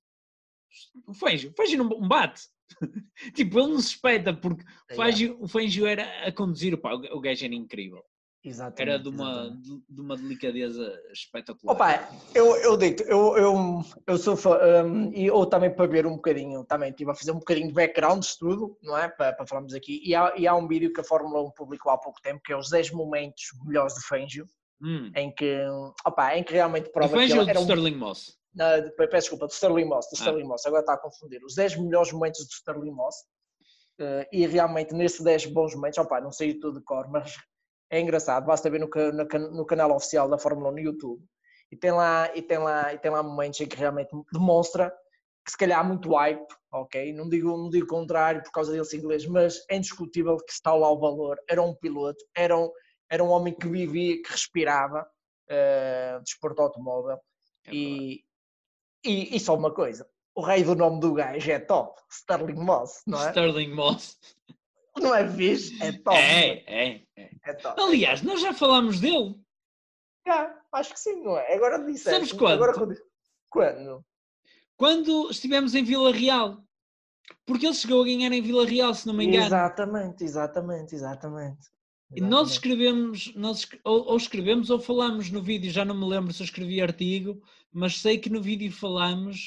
o Fangio, o Fangio não bate. Tipo, ele não se espeta, porque o Fangio, o Fangio era a conduzir, pá, o gajo era incrível. Exatamente, era de uma, de, de uma delicadeza espetacular. Opa, eu, eu digo, eu, eu, eu sou fã, um, e ou também para ver um bocadinho, também estive a fazer um bocadinho de background de estudo, não é? Para, para falarmos aqui, e há, e há um vídeo que a Fórmula um publicou há pouco tempo, que é os dez momentos melhores de Fangio, hum. em, que, opa, em que realmente prova de Fangio que ele ou de era um... Sterling Moss? Não, peço desculpa, do Sterling Moss, do Sterling ah. Moss, agora está a confundir, os dez melhores momentos do Sterling Moss, uh, e realmente nesses dez bons momentos, opa, não sei tudo de cor, mas é engraçado, basta ver no, no, no canal oficial da Fórmula um no YouTube, e tem, lá, e, tem lá, e tem lá momentos em que realmente demonstra que se calhar há muito hype, ok? Não digo, não digo o contrário por causa dele ser inglês, mas é indiscutível que está lá o valor, era um piloto, era um, era um homem que vivia, que respirava uh, desporto automóvel, é e, e, e só uma coisa, o rei do nome do gajo é top, Sterling Moss, não é? Sterling Moss. Não é fixe? É top. É, é, é. é top, Aliás, é top. Nós já falámos dele. Já, acho que sim, não é? Agora disseste. Sabes quando? Agora, quando? Quando? Quando estivemos em Vila Real. Porque ele chegou a ganhar em Vila Real, se não me engano. Exatamente, exatamente, exatamente. E nós escrevemos, nós, ou, ou escrevemos ou falamos no vídeo, já não me lembro se eu escrevi artigo, mas sei que no vídeo falamos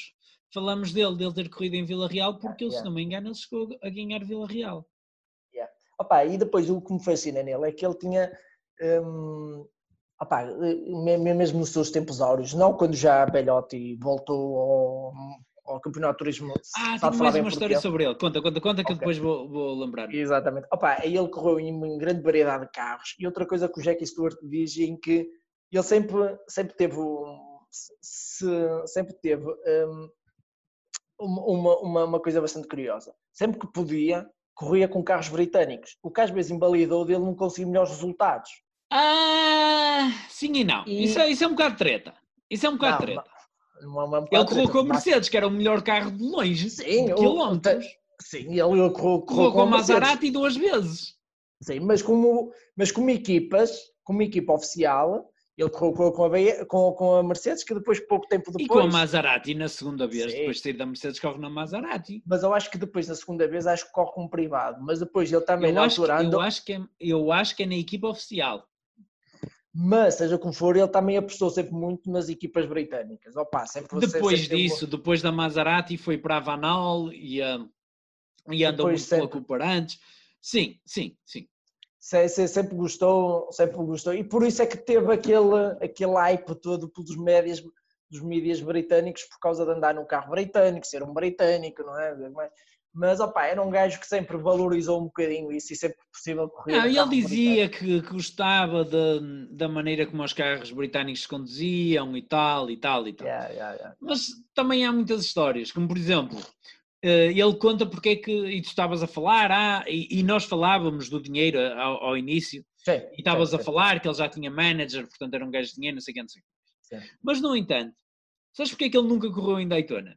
falamos dele, dele ter corrido em Vila Real, porque ele, Yeah. se não me engano, ele chegou a ganhar Vila Real. Yeah. Opa, e depois o que me fascina nele é que ele tinha, hum, opa, mesmo nos seus tempos áureos, não quando já velhote voltou ao, ao Campeonato de Turismo. Ah, sabe tenho falar mais bem uma história porquê? sobre ele. Conta, conta, conta que eu Ok. depois vou, vou lembrar. Exatamente. Opa, ele correu em uma grande variedade de carros. E outra coisa que o Jackie Stewart diz em que ele sempre, sempre teve, um, se, sempre teve um, uma, uma, uma coisa bastante curiosa. Sempre que podia, corria com carros britânicos. O que às vezes invalidou dele não conseguir melhores resultados. Ah, sim e não. E... Isso, é, isso é um bocado treta. Isso é um bocado não, treta. Não, não é um Ele bocado correu treta, com a mas- Mercedes, que era o melhor carro de longe, Sim, de o- quilómetros. sim, ele correu, correu Correu com com a a Mercedes. Maserati duas vezes. Sim, mas como, mas como equipas, como equipa oficial, ele correu com a, B- com, com a Mercedes, que depois, pouco tempo E com a depois... Maserati na segunda vez, Sim. depois de sair da Mercedes, corre na Maserati. Mas eu acho que depois, na segunda vez, acho que corre como privado. Mas depois ele também, Eu na acho, que, altura, eu, andou... acho que é, eu acho que é na equipa oficial. Mas, seja como for, ele também apostou sempre muito nas equipas britânicas. Opa, sempre, Depois sempre disso, teve... depois da Maserati, foi para a Vanol e, uh, e andou Depois muito pela sempre- Cooper antes. Sim, sim, sim. se- se- sempre gostou, sempre gostou. E por isso é que teve aquele, aquele hype todo pelos médias, dos mídias britânicos por causa de andar num carro britânico, ser um britânico, não é? Mas, opa, era um gajo que sempre valorizou um bocadinho isso e sempre que possível corria Não, num e ele carro dizia britânico. que, que gostava de, da maneira como os carros britânicos se conduziam e tal, e tal, e tal. Yeah, yeah, yeah. Mas também há muitas histórias, como por exemplo, eh, ele conta porque é que, e tu estavas a falar, ah, e, e nós falávamos do dinheiro ao, ao início, Sim, e estavas sim, a sim, falar que ele já tinha manager, portanto era um gajo de dinheiro, não sei o que, não sei o que. sim. Mas, no entanto, sabes porque é que ele nunca correu em Daytona?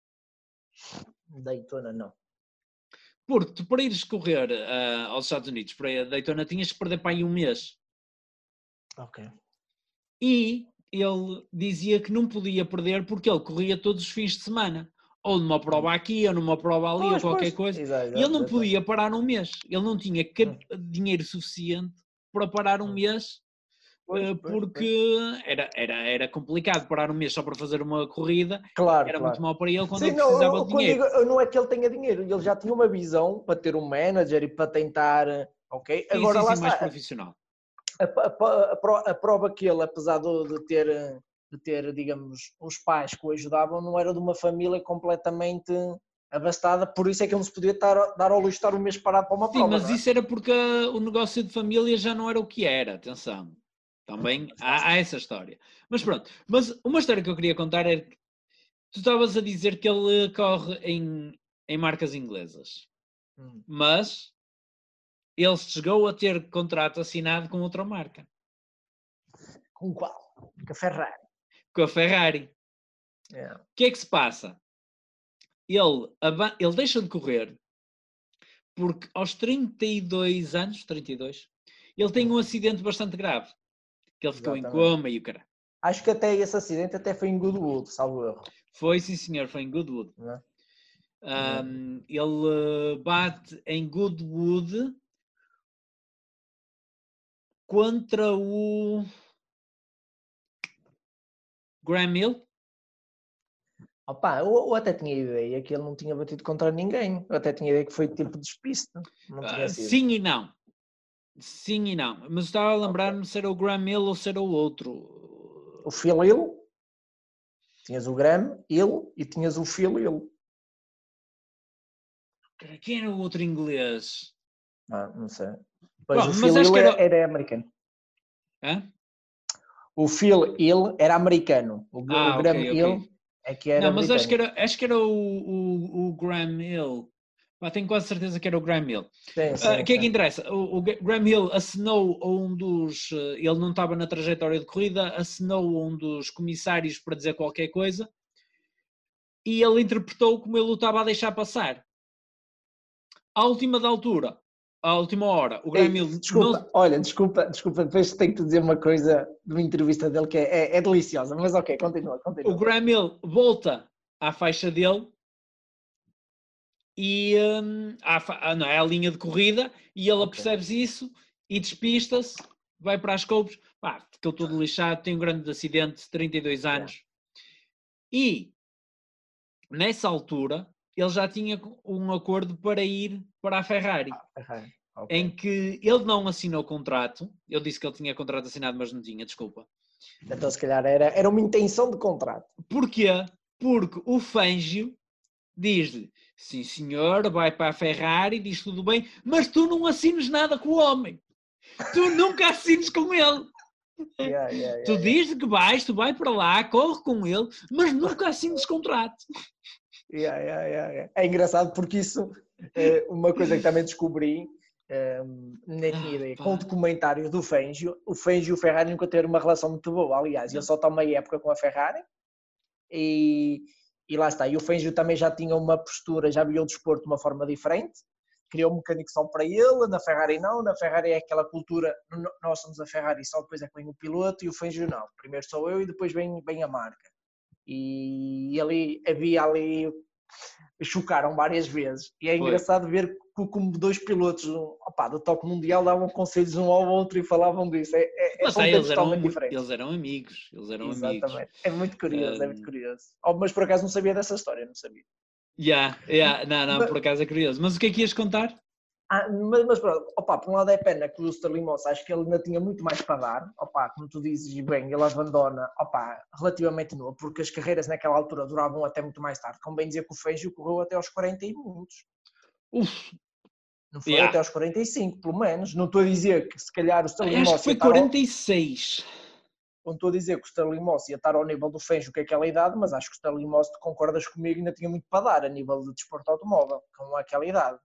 Daytona não. Porque tu, para ires correr uh, aos Estados Unidos, para Daytona, tinhas que perder para aí um mês. Ok. E ele dizia que não podia perder porque ele corria todos os fins de semana. Ou numa prova aqui, ou numa prova ali, Pois, ou qualquer pois. coisa. Exato, E ele não exato. podia parar um mês. Ele não tinha Hum. dinheiro suficiente para parar um Hum. mês, Pois, uh, pois, porque pois. Era, era, era complicado parar um mês só para fazer uma corrida. Claro, Era claro. muito mau para ele quando Sim, ele não, precisava eu, de quando dinheiro. digo, eu não é que ele tenha dinheiro, ele já tinha uma visão para ter um manager e para tentar, ok? Sim, Agora sim, lá sim, mais está, profissional. a, a, a, pro- a prova que ele, apesar de, de ter, de ter, digamos, os pais que o ajudavam, não era de uma família completamente abastada, por isso é que ele não se podia estar, dar ao luxo de estar um mês parado para uma Sim, prova, mas não é? isso era porque o negócio de família já não era o que era, atenção. Também há, há essa história. Mas pronto, mas uma história que eu queria contar é que tu estavas a dizer que ele corre em, em marcas inglesas, Hum. mas ele chegou a ter contrato assinado com outra marca, Com qual? Com a Ferrari. com a Ferrari. Yeah. O que é que se passa? Ele, aba- ele deixa de correr porque aos trinta e dois anos, trinta e dois, ele tem Hum. um acidente bastante grave, que ele ficou em Exatamente. coma e o caralho. Acho que até esse acidente até foi em Goodwood, salvo erro. Foi, sim senhor, foi em Goodwood. Não é? Um, ele bate em Goodwood contra o Graham Hill. Opa, eu, eu até tinha ideia que ele não tinha batido contra ninguém. Eu até tinha ideia que foi tipo despiste. Não tinha Uh, sido. sim e não. Sim e não. Mas estava a lembrar-me Okay. se era o Graham Hill ou se era o outro. O Phil Hill. Tinhas o Graham Hill e tinhas o Phil Hill. Quem era o outro inglês? Ah, não sei. Pois Bom, o mas Phil acho Hill que era... era, era americano. Hã? O Phil Hill era americano. O, Ah, o Graham ok, ok. Hill é que era Não, mas acho que britânico. era, acho que era o, o, o Graham Hill. Pá, tenho quase certeza que era o Graham Hill. Sim, O sim, uh, que é que sim. interessa? O, o Graham Hill assinou a um dos... Uh, ele não estava na trajetória de corrida, assinou a um dos comissários para dizer qualquer coisa e ele interpretou como ele o estava a deixar passar. À última da altura, à última hora, o Graham Ei, Hill... desculpa, Não, olha, desculpa, desculpa, depois tenho que te dizer uma coisa de uma entrevista dele que é, é, é deliciosa, mas ok, continua, continua. o Graham Hill volta à faixa dele e um, à, não, é a linha de corrida e ele Okay. percebe isso e despista-se, vai para as couves, pá, ficou todo lixado, tem um grande acidente, trinta e dois anos. Yeah. E nessa altura, ele já tinha um acordo para ir para a Ferrari, Ah, okay. em que ele não assinou o contrato. Eu disse que ele tinha contrato assinado, mas não tinha, desculpa. Então, se calhar, era, era uma intenção de contrato. Porquê? Porque o Fangio diz-lhe, sim senhor, vai para a Ferrari, diz tudo bem, mas tu não assines nada com o homem. Tu nunca assines com ele. Yeah, yeah, Tu yeah, dizes que vais, tu vai para lá, corre com ele, mas nunca assines contrato. yeah, yeah, yeah, yeah. É engraçado porque isso, é uma coisa que também descobri, um, nem tinha ideia, Ah, com o documentário do Fangio, o Fangio e o Ferrari nunca tiveram uma relação muito boa. Aliás, ele só está uma época com a Ferrari e, e lá está. E o Fangio também já tinha uma postura, já via o desporto de uma forma diferente. Criou um mecânico só para ele, na Ferrari não, na Ferrari é aquela cultura, nós somos a Ferrari, só depois é que vem o piloto, e o Fangio não, primeiro sou eu e depois vem, vem a marca. E ali havia ali, chocaram várias vezes, e é foi. engraçado ver como dois pilotos opa, do toque mundial davam conselhos um ao outro e falavam disso, é, é, Mas são aí, tempos eles, eram, totalmente diferentes. eles eram amigos, eles eram Exatamente, amigos. é muito curioso, um, é muito curioso. Oh, mas por acaso não sabia dessa história, não sabia. Yeah, yeah, não, não, Mas, por acaso é curioso. Mas o que é que ias contar? Ah, mas, mas pronto, opa, por um lado é pena que o Sterling Moss, acho que ele ainda tinha muito mais para dar, opa, como tu dizes bem, ele abandona, opa, relativamente novo, porque as carreiras naquela altura duravam até muito mais tarde, como bem dizer que o Fangio correu até aos quarenta minutos, Uf, não foi? yeah. Até aos quarenta e cinco, pelo menos, não estou a dizer que se calhar o Sterling Acho que Moss ia foi estar ao, quarenta e seis. não estou a dizer que o Sterling Moss ia estar ao nível do Fangio que é aquela idade, mas acho que o Sterling Moss, tu concordas comigo, ainda tinha muito para dar a nível de desporto automóvel, com aquela idade.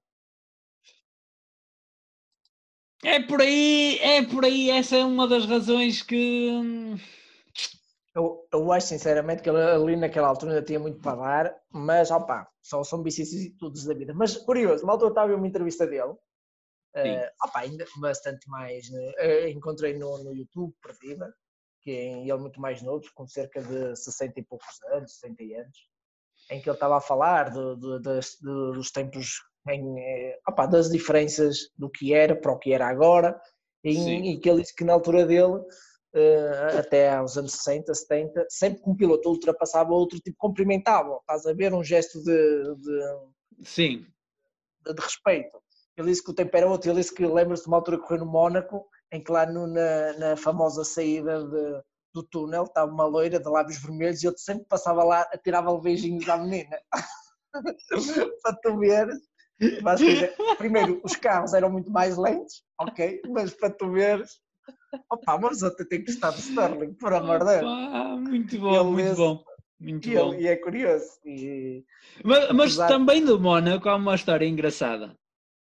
É por aí, é por aí, essa é uma das razões que... Eu, eu acho sinceramente que ele ali naquela altura ainda tinha muito para dar, mas opá, só são vicissitudes da vida. Mas curioso, uma altura estava a ver uma entrevista dele, uh, opá, ainda bastante mais, uh, encontrei no, no YouTube, perdida, que é ele muito mais novo, com cerca de sessenta e poucos anos, sessenta anos, em que ele estava a falar de, de, de, de, dos tempos, em, opá, das diferenças do que era para o que era agora, em, e que ele disse que na altura dele Uh, até aos anos sessenta, setenta, sempre que um piloto ultrapassava outro, tipo, cumprimentava, estás a ver, um gesto de, de, Sim. de, de respeito. Ele disse que o tempo era outro, ele disse que lembra-se de uma altura que correu no Mónaco, em que lá no, na, na famosa saída de, do túnel estava uma loira de lábios vermelhos e eu sempre passava lá, atirava beijinhos à menina. Para tu veres, primeiro, os carros eram muito mais lentos, ok, mas para tu veres, opa, mas eu tenho que gostar do Sterling, por amor de Deus. Opa, muito bom, Ele muito desse, bom. Muito e, bom. ele, e é curioso. E, Mas, mas apesar... também do Mónaco há uma história engraçada.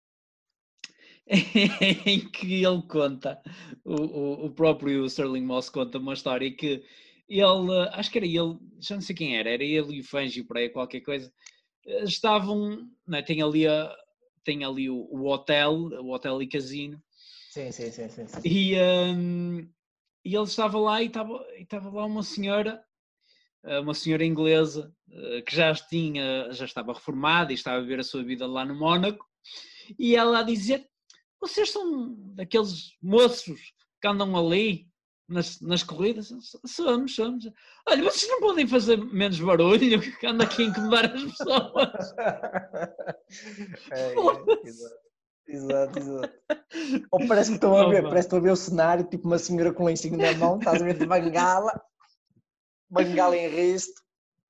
Em que ele conta, o, o, o próprio Sterling Moss conta uma história que ele, acho que era ele, já não sei quem era, era ele e o Fangio para aí, qualquer coisa, estavam, não é, tem ali, a, tem ali o, o hotel, o hotel e casino, Sim, sim, sim, sim, sim. E, um, e ele estava lá e estava, e estava lá uma senhora, uma senhora inglesa, que já tinha, já estava reformada e estava a viver a sua vida lá no Mónaco, e ela a dizer: vocês são daqueles moços que andam ali nas, nas corridas? Somos, somos. Olha, vocês não podem fazer menos barulho, que anda aqui a incomodar as pessoas. É, é, exato, exato, exato. Ou parece que estão a ver, parece que estão a ver o cenário, tipo uma senhora com um lencinho na mão, estás a ver de bengala, bengala em risto.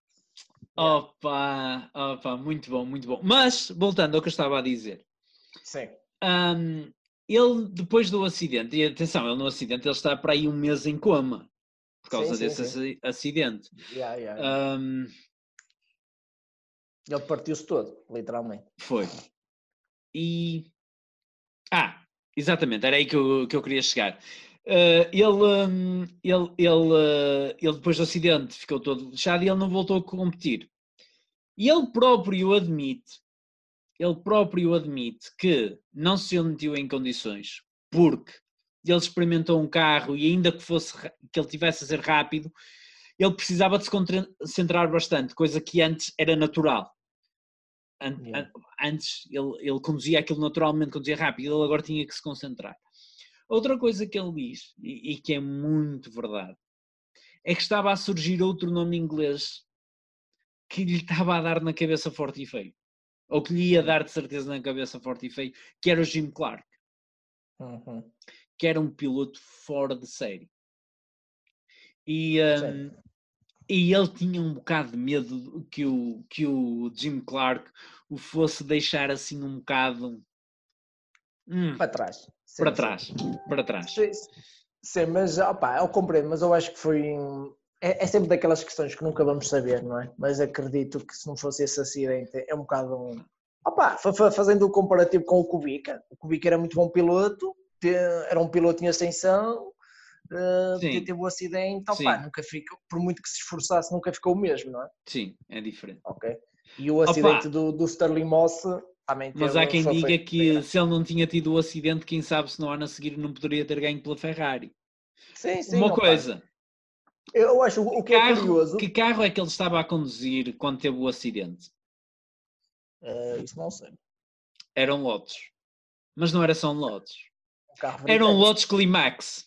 Opa, opa, muito bom, muito bom. Mas, voltando ao que eu estava a dizer. Sim. Um, ele, depois do acidente, e atenção, ele no acidente ele está para aí um mês em coma, por causa sim, sim, desse sim. acidente. Yeah, yeah, yeah. Um, ele partiu-se todo, literalmente. foi. E... Ah, exatamente, era aí que eu, que eu queria chegar. Uh, ele, um, ele, ele, uh, ele, depois do acidente, ficou todo lixado e ele não voltou a competir. E ele próprio admite, ele próprio admite que não se sentiu em condições, porque ele experimentou um carro e ainda que fosse que ele tivesse a ser rápido, ele precisava de se concentrar bastante, coisa que antes era natural. Yeah. Antes ele, ele conduzia aquilo naturalmente, conduzia rápido, ele agora tinha que se concentrar. Outra coisa que ele diz, e, e que é muito verdade, é que estava a surgir outro nome inglês que lhe estava a dar na cabeça forte e feio. Ou que lhe ia dar de certeza na cabeça forte e feio, que era o Jim Clark. Uhum. Que era um piloto fora de série. E, um, e ele tinha um bocado de medo que o, que o Jim Clark o fosse deixar assim um bocado... Hum, para trás. Sim, para sim. trás. Para trás. Sim, sim, mas opa, eu compreendo, mas eu acho que foi... É, é sempre daquelas questões que nunca vamos saber, não é? Mas acredito que se não fosse esse acidente, é um bocado... Um... Opa, fazendo o comparativo com o Kubica. O Kubica era muito bom piloto, era um piloto em ascensão, uh, teve o acidente, opa, nunca ficou, por muito que se esforçasse, nunca ficou o mesmo, não é? Sim, é diferente. Ok. E o acidente do, do Sterling Moss também teve... Mas há quem foi, diga foi, que foi se ele não tinha tido o acidente, quem sabe se no ano a seguir não poderia ter ganho pela Ferrari. Sim, sim, Uma opa. coisa... Eu acho o que, que carro, é curioso... Que carro é que ele estava a conduzir quando teve o acidente? Uh, isso não sei. Eram Lotus. Mas não era só um Lotus. Um Eram Lotus Climax.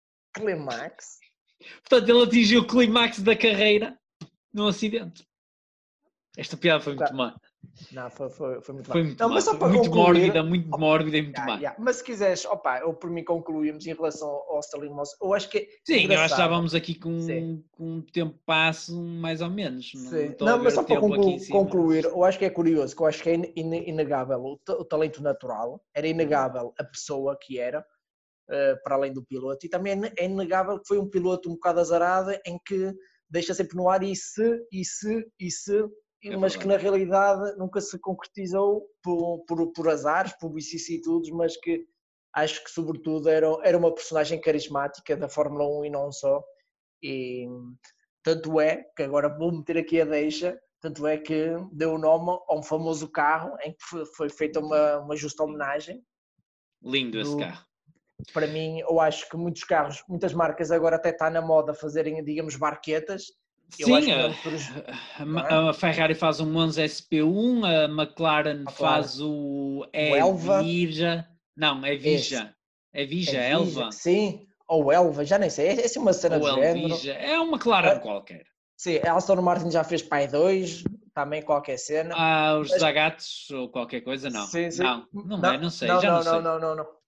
Climax? Portanto, ele atingiu o Climax da carreira num acidente. Esta piada foi muito má. Não, foi, foi, foi muito foi má. Muito não, má. mas só foi para muito concluir... mórbida, muito opa, mórbida e muito yeah, má. Yeah. Mas se quiseres, opa, eu por mim concluímos em relação ao Sterling Moss, eu acho que é Sim, engraçado. eu acho que já vamos aqui com, com um tempo passo mais ou menos. Sim. Não estou não, a ver mas só o para tempo conclu- aqui em cima. concluir, eu acho que é curioso, que eu acho que é in, in, inegável o, o talento natural, era inegável a pessoa que era, uh, para além do piloto, e também é inegável que foi um piloto um bocado azarado, em que deixa sempre no ar e se, e se, e se, é mas verdade. Que na realidade nunca se concretizou por, por, por azares, por vicissitudes, mas que acho que sobretudo era, era uma personagem carismática da Fórmula um e não só, e tanto é, que agora vou meter aqui a deixa, tanto é que deu o nome a um famoso carro em que foi, foi feita uma, uma justa homenagem. Lindo do, esse carro. Para mim, eu acho que muitos carros, muitas marcas agora até está na moda fazerem, digamos, barquetas. Eu Sim, a, a, a Ferrari faz um onze S P um, a McLaren, McLaren. faz o, é o Elva. Virja, não, é Vija, é Vija, é Elva. Sim, ou Elva, já nem sei, é, é uma cena ou de género. Vija. É uma McLaren ah, qualquer. Sim, a Aston Martin já fez Pai dois, também qualquer cena. Ah, os mas... Zagatos ou qualquer coisa, não. Sim, sim. Não, não, não é, não sei, não, já não, não, sei. Não, não, não, não.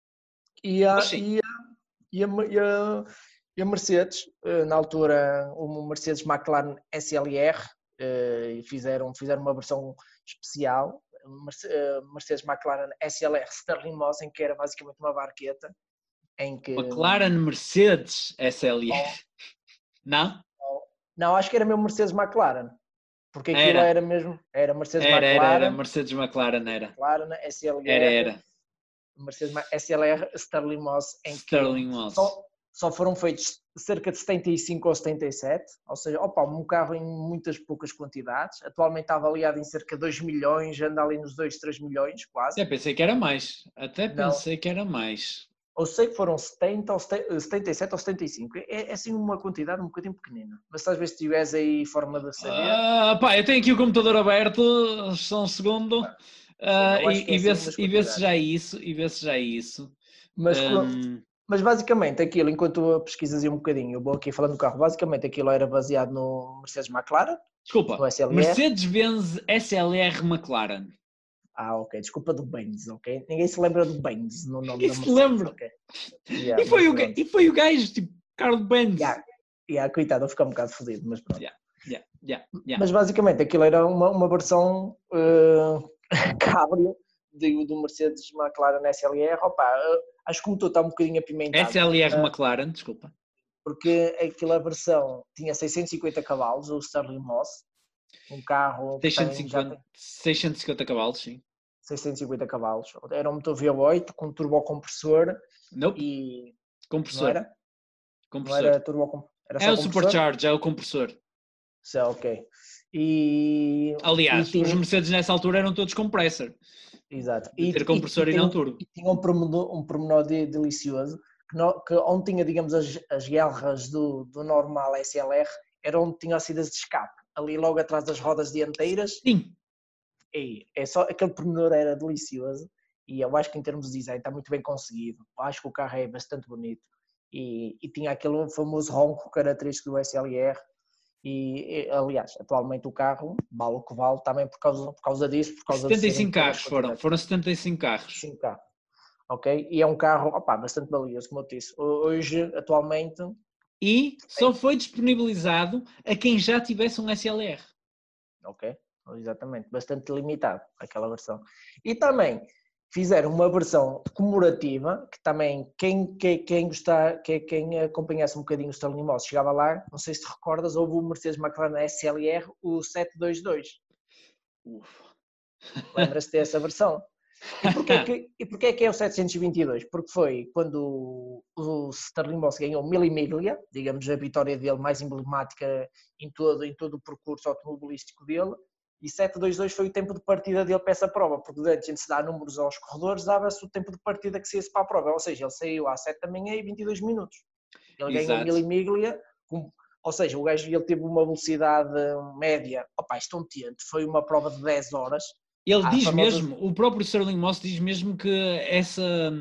E a, e a, e a, e a, e a Mercedes, na altura, o Mercedes McLaren S L R, fizeram, fizeram uma versão especial, Mercedes McLaren S L R Sterling Moss, em que era basicamente uma barqueta. Em que... McLaren Mercedes S L R. Oh. Não? Não, acho que era mesmo Mercedes McLaren. Porque aquilo era, era mesmo, era Mercedes era, McLaren. Era, era, Mercedes McLaren era. McLaren, S L R. Era, era. Mercedes S L R, Sterling Moss, em Sterling que Moss. Só, só foram feitos cerca de setenta e cinco ou setenta e sete, ou seja, opa, um carro em muitas poucas quantidades. Atualmente está avaliado em cerca de dois milhões, anda ali nos dois, três milhões, quase. Até pensei que era mais, até pensei Não. que era mais. Eu sei que foram setenta, ou setenta e sete ou setenta e cinco. É, é assim uma quantidade um bocadinho pequenina. Mas se às vezes tiveres aí forma de saber... Uh, pá, eu tenho aqui o computador aberto, só um segundo. Uh, e, e, é vê se, e vê se já é isso, e vê se já é isso. Mas, um... mas basicamente aquilo, enquanto pesquisas aí um bocadinho, eu vou aqui falando do carro, basicamente aquilo era baseado no Mercedes McLaren. Desculpa, Mercedes-Benz S L R McLaren. Ah, ok. Desculpa do Benz, ok? Ninguém se lembra do Benz no nome Ninguém da se lembra. Okay. Yeah, e, foi o, e foi o gajo, tipo, Carlos Benz. Yeah, yeah, coitado, vou ficar um bocado fodido, mas pronto. Yeah, yeah, yeah, yeah. Mas basicamente aquilo era uma, uma versão uh, cabrio do, do Mercedes McLaren S L R. Opa, uh, acho que o motor está um bocadinho apimentado. S L R uh, McLaren, desculpa. Porque aquela versão tinha seiscentos e cinquenta cavalos, o Sterling Moss. Um carro seiscentos e cinquenta, tem, seiscentos e cinquenta cavalos, sim. seiscentos e cinquenta cavalos. Era um motor V oito com turbocompressor. Nope. E... Compressor. Não era? Compressor. Não era turbo... era só é o supercharge, é o compressor. Sim, ok. E... Aliás, e tinha... os Mercedes nessa altura eram todos compressor. Exato. De ter e, compressor e, e, e não turbo. E tinha um pormenor, um pormenor de, delicioso, que, no, que onde tinha, digamos, as, as guerras do, do normal S L R, era onde tinha as saídas de escape. Ali logo atrás das rodas dianteiras. Sim. E é só, aquele pormenor era delicioso e eu acho que em termos de design está muito bem conseguido. Eu acho que o carro é bastante bonito e, e tinha aquele famoso ronco característico do S L R E, aliás, atualmente o carro vale o que vale também por causa, por causa disso, por causa de setenta e cinco serem carros foram, foram setenta e cinco carros. cinco carros, ok? E é um carro, opa, bastante valioso, como eu disse. Hoje, atualmente... E só foi disponibilizado a quem já tivesse um S L R. Ok, exatamente, bastante limitado aquela versão. E também fizeram uma versão comemorativa, que também quem, quem, quem, gostar, quem, quem acompanhasse um bocadinho o Sterling Moss chegava lá, não sei se te recordas, houve o Mercedes McLaren S L R, o setecentos e vinte e dois. Ufa. Lembras-te dessa versão? E porquê, que, e porquê que é o setecentos e vinte e dois? Porque foi quando o, o Sterling Moss ganhou Mille Miglia, digamos a vitória dele mais emblemática em todo, em todo o percurso automobilístico dele, e setecentos e vinte e dois foi o tempo de partida dele para essa prova, porque antes de se dar números aos corredores, dava-se o tempo de partida que saísse para a prova, ou seja, ele saiu às sete da manhã e vinte e dois minutos. Ele Exato. ganhou Mille Miglia, com, ou seja, o gajo ele teve uma velocidade média, opa, estonteante, foi uma prova de dez horas. Ele Há diz famosa... mesmo, o próprio Sterling Moss diz mesmo que essa,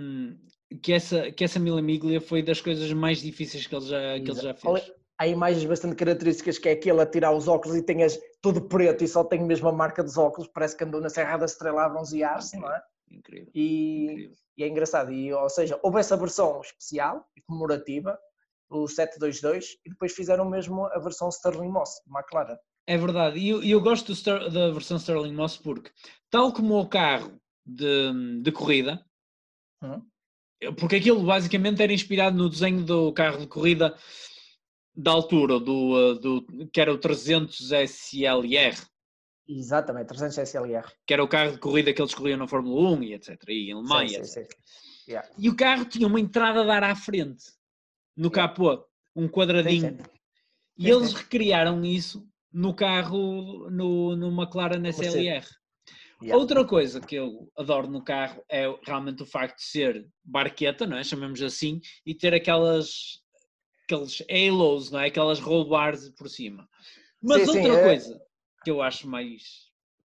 que essa, que essa Mille Miglia foi das coisas mais difíceis que ele já, que ele já fez. Há imagens bastante características que é aquele a tirar os óculos e tem as, tudo preto e só tem mesmo a marca dos óculos, parece que andou na Serra da Estrela a bronzear-se, não é? Incrível. E, Incrível. E é engraçado, e, ou seja, houve essa versão especial e comemorativa, o setecentos e vinte e dois, e depois fizeram mesmo a versão Sterling Moss, McLaren. É verdade, e eu, eu gosto do Star, da versão Sterling Moss porque, tal como o carro de, de corrida, hum? porque aquilo basicamente era inspirado no desenho do carro de corrida da altura, do, do, que era o trezentos S L R. Exatamente, trezentos S L R. Que era o carro de corrida que eles corriam na Fórmula um e etcétera. E em Le Mans, sim, etcétera. Sim, sim. Yeah. E o carro tinha uma entrada de ar à frente, no yeah. capô, um quadradinho. Sim, sim. E sim, eles sim. recriaram isso no carro, no, no McLaren S L R. Yeah. Outra coisa que eu adoro no carro é realmente o facto de ser barqueta, não é? Chamamos assim, e ter aquelas, aqueles halos, não é? Aquelas roll bars por cima. Mas sim, outra sim, coisa é... que eu acho mais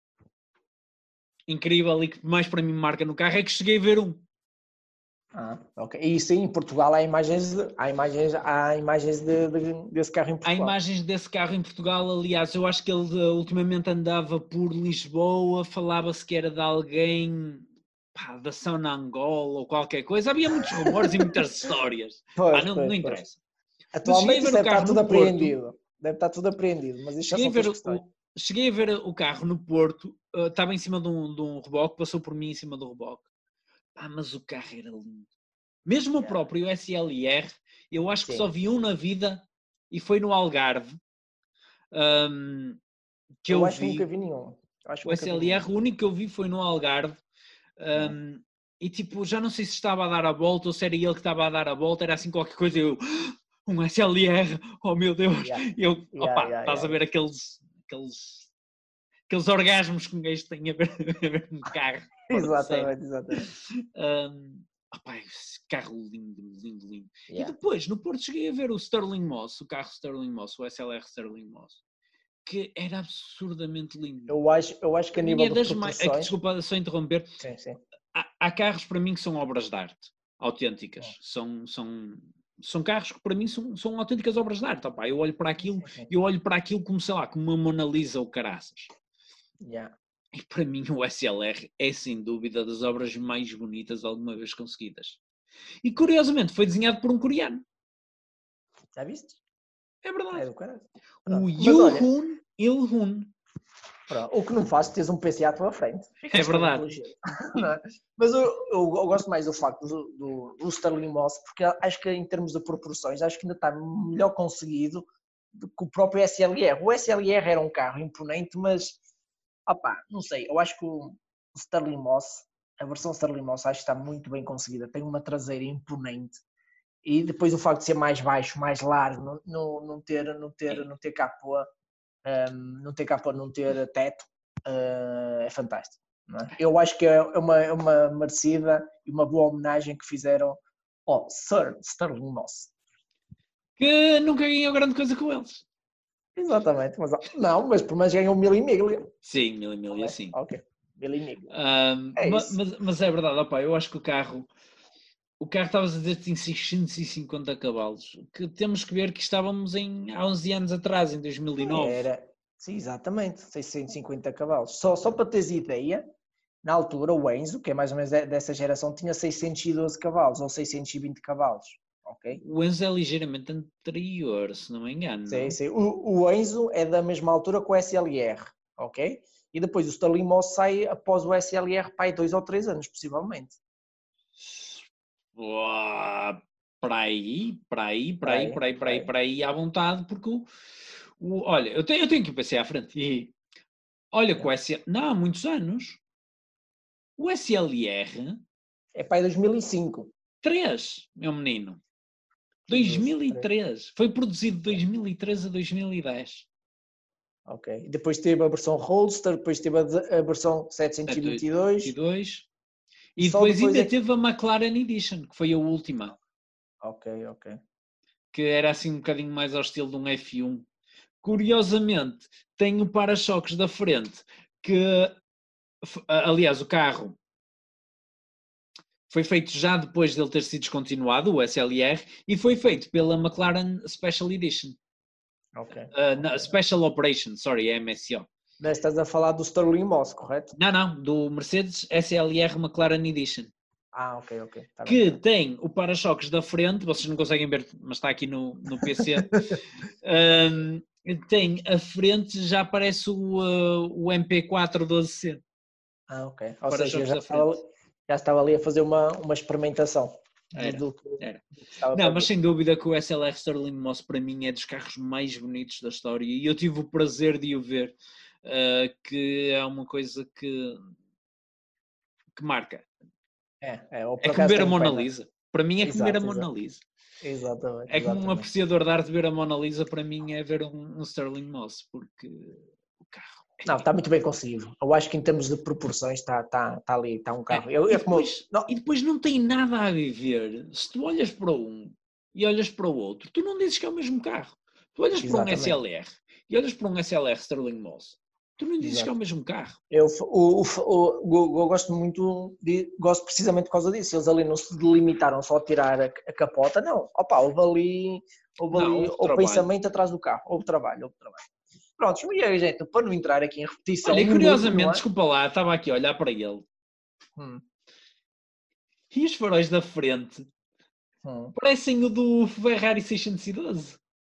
incrível e que mais para mim marca no carro é que cheguei a ver um. Ah, ok. E sim, em Portugal há imagens, de, há imagens, há imagens de, de, desse carro em Portugal. Há imagens desse carro em Portugal, aliás, eu acho que ele ultimamente andava por Lisboa, falava-se que era de alguém pá, da Sonangol ou qualquer coisa, havia muitos rumores e muitas histórias. Pois, pá, não, pois, não pois. interessa. Atualmente isso deve estar tudo apreendido. Deve estar tudo apreendido, mas isto cheguei, já a ver o, cheguei a ver o carro no Porto, uh, estava em cima de um, de um reboque, passou por mim em cima do reboque. Ah, mas o carro era lindo. Mesmo yeah. o próprio S L R, eu acho que Sim. só vi um na vida e foi no Algarve. Um, que eu, eu acho vi. que nunca vi nenhum. Acho o S L R, o único que eu vi foi no Algarve. Um, yeah. E tipo, já não sei se estava a dar a volta ou se era ele que estava a dar a volta, era assim qualquer coisa. Eu, um S L R, oh meu Deus! Yeah. Eu, yeah, opa, yeah, estás yeah. a ver aqueles. aqueles aqueles orgasmos que um gajo tem a ver, a ver no carro. exatamente, exatamente. Um, opa, esse carro lindo, lindo, lindo. Yeah. E depois, no Porto, cheguei a ver o Sterling Moss, o carro Sterling Moss, o S L R Sterling Moss, que era absurdamente lindo. Eu acho, eu acho que a nível é de das proporções... mais, é que, desculpa, só interromper. Sim, sim. Há, há carros para mim que são obras de arte, autênticas. Oh. São... são São carros que para mim são, são autênticas obras de arte. Opa, eu olho para aquilo, eu olho para aquilo como, sei lá, como uma Mona Lisa ou caraças. Yeah. E para mim o S L R é sem dúvida das obras mais bonitas alguma vez conseguidas. E curiosamente foi desenhado por um coreano. Já viste? É verdade. É do caralho. O Yoo-Hoon Il-Hun. O que não faz tens um P C à tua frente. É verdade. é? Mas eu, eu, eu gosto mais do facto do, do, do Sterling Moss, porque acho que em termos de proporções, acho que ainda está melhor conseguido do que o próprio S L R. O S L R era um carro imponente, mas opá, não sei, eu acho que o Sterling Moss, a versão Sterling Moss, acho que está muito bem conseguida. Tem uma traseira imponente. E depois o facto de ser mais baixo, mais largo, não, não, não ter, não ter, não ter capô, um, não ter capô, não ter teto, uh, é fantástico. Não é? Eu acho que é uma, é uma merecida e uma boa homenagem que fizeram ao Sir Sterling Moss. Que nunca ganhou grande coisa com eles. Exatamente, mas não, mas por mais ganham mil e miglia. Sim, mil e miglia, sim. Ok, mil e miglia. Um, é mas, mas, mas é verdade, opa, eu acho que o carro o carro estavas a dizer que tem seiscentos e cinquenta cavalos, que temos que ver que estávamos em, há onze anos atrás, em dois mil e nove. Era, sim, exatamente, seiscentos e cinquenta cavalos. Só, só para teres ideia, na altura o Enzo, que é mais ou menos dessa geração, tinha seiscentos e doze cavalos ou seiscentos e vinte cavalos. Okay? O Enzo é ligeiramente anterior, se não me engano. Sim, não? sim. O, o Enzo é da mesma altura que o S L R, ok? E depois o Stirling Moss sai após o S L R, pai, dois ou três anos, possivelmente. Uau, para aí, para aí, para aí, para aí, para aí, para aí, à vontade, porque o, o, olha, eu tenho, eu tenho que pensar à frente e olha que o S L R, não, há muitos anos, o S L R É pai dois mil e cinco. três, meu menino. dois mil e três. Foi produzido de dois mil e três a dois mil e dez. Ok. Depois teve a versão Roadster, depois teve a, a versão setecentos e vinte e dois. E depois, depois ainda é que... teve a McLaren Edition, que foi a última. Ok, ok. Que era assim um bocadinho mais ao estilo de um F um. Curiosamente, tem o para-choques da frente, que, aliás, o carro foi feito já depois de ele ter sido descontinuado, o S L R, e foi feito pela McLaren Special Edition. Ok. Uh, okay. Special Operation, sorry, é M S O. Mas estás a falar do Stirling Moss, correto? Não, não, do Mercedes S L R McLaren Edition. Ah, ok, ok. Tá que bem. tem o para-choques da frente, vocês não conseguem ver, mas está aqui no, no P C. um, tem a frente, já aparece o, uh, o M P quatro doze C. Ah, ok. Ou seja, já estava, já estava ali a fazer uma, uma experimentação. Era, do que, era. do que estava não, mas sem dúvida que o S L R Stirling Moss para mim é dos carros mais bonitos da história e eu tive o prazer de o ver, uh, que é uma coisa que, que marca. É, é, é como ver a Mona Lisa. Para mim é como ver a Mona Lisa. Exatamente. É como exatamente. um apreciador de arte ver a Mona Lisa, para mim é ver um, um Stirling Moss, porque o carro... É... Não, está muito bem conseguido. Eu acho que em termos de proporções está, está, está ali, está um carro. É, eu, e, eu depois, como... não. e depois não tem nada a ver. Se tu olhas para um e olhas para o outro, tu não dizes que é o mesmo carro. Tu olhas Exatamente. para um S L R e olhas para um S L R Stirling Moss, tu não dizes Exato. que é o mesmo carro. Eu, o, o, o, eu gosto muito, de, gosto precisamente por causa disso. Eles ali não se delimitaram só a tirar a, a capota, não. Opa, houve ali, houve não, ali houve o trabalho. pensamento atrás do carro, houve trabalho, houve trabalho. Pronto, e aí, gente, para não entrar aqui em repetição... Olha, curiosamente, é? desculpa lá, estava aqui a olhar para ele. Hum. E os faróis da frente hum. parecem o do Ferrari seiscentos e doze.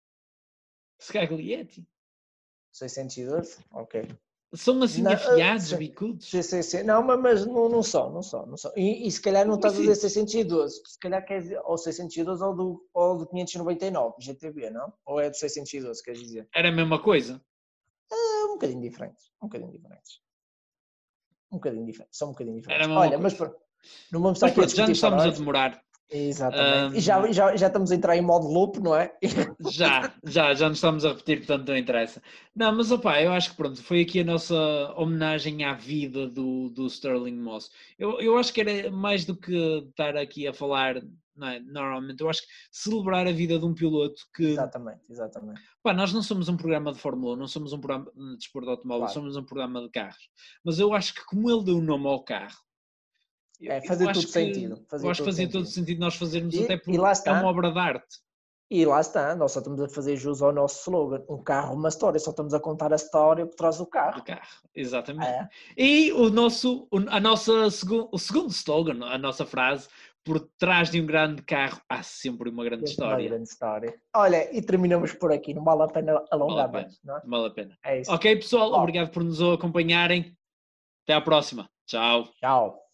Scaglietti. seiscentos e doze? Ok. São assim não, afiados, uh, bicudos? Sim, sim, sim. Não, mas não, não são, não são. Não são. E, e se calhar não estás a dizer seiscentos e doze, se calhar quer dizer ou seiscentos e doze ou do, ou do quinhentos e noventa e nove, G T B, não? Ou é do seiscentos e doze, queres dizer? Era a mesma coisa? Uh, um bocadinho diferentes, um bocadinho diferentes. Um bocadinho diferentes, são um bocadinho diferentes. Olha, coisa. mas pronto, não vamos estar mas, aqui pronto, a já nos estamos faróis. a demorar. Exatamente. Um... E já, já, já estamos a entrar em modo loop, não é? Já, já, já nos estamos a repetir, portanto não interessa. Não, mas opá, eu acho que pronto, foi aqui a nossa homenagem à vida do, do Stirling Moss. Eu, eu acho que era mais do que estar aqui a falar, não é? Normalmente, eu acho que celebrar a vida de um piloto que... Exatamente, exatamente. Pá, nós não somos um programa de Fórmula um, não somos um programa de desporto automóvel, claro. Somos um programa de carros. Mas eu acho que como ele deu o nome ao carro, É, fazia todo sentido. Fazia eu acho que fazia todo sentido nós fazermos, e, até porque é uma obra de arte. E lá está, nós só estamos a fazer jus ao nosso slogan, um carro, uma história, só estamos a contar a história por trás do carro. Do carro, exatamente. É. E o nosso, a nossa, o segundo slogan, a nossa frase, por trás de um grande carro há sempre uma grande uma história. Uma grande história. Olha, e terminamos por aqui, não vale a pena alongar vale mais, não é? Vale a pena. É isso. Ok, pessoal, Bom. Obrigado por nos acompanharem. Até à próxima. Tchau. Tchau.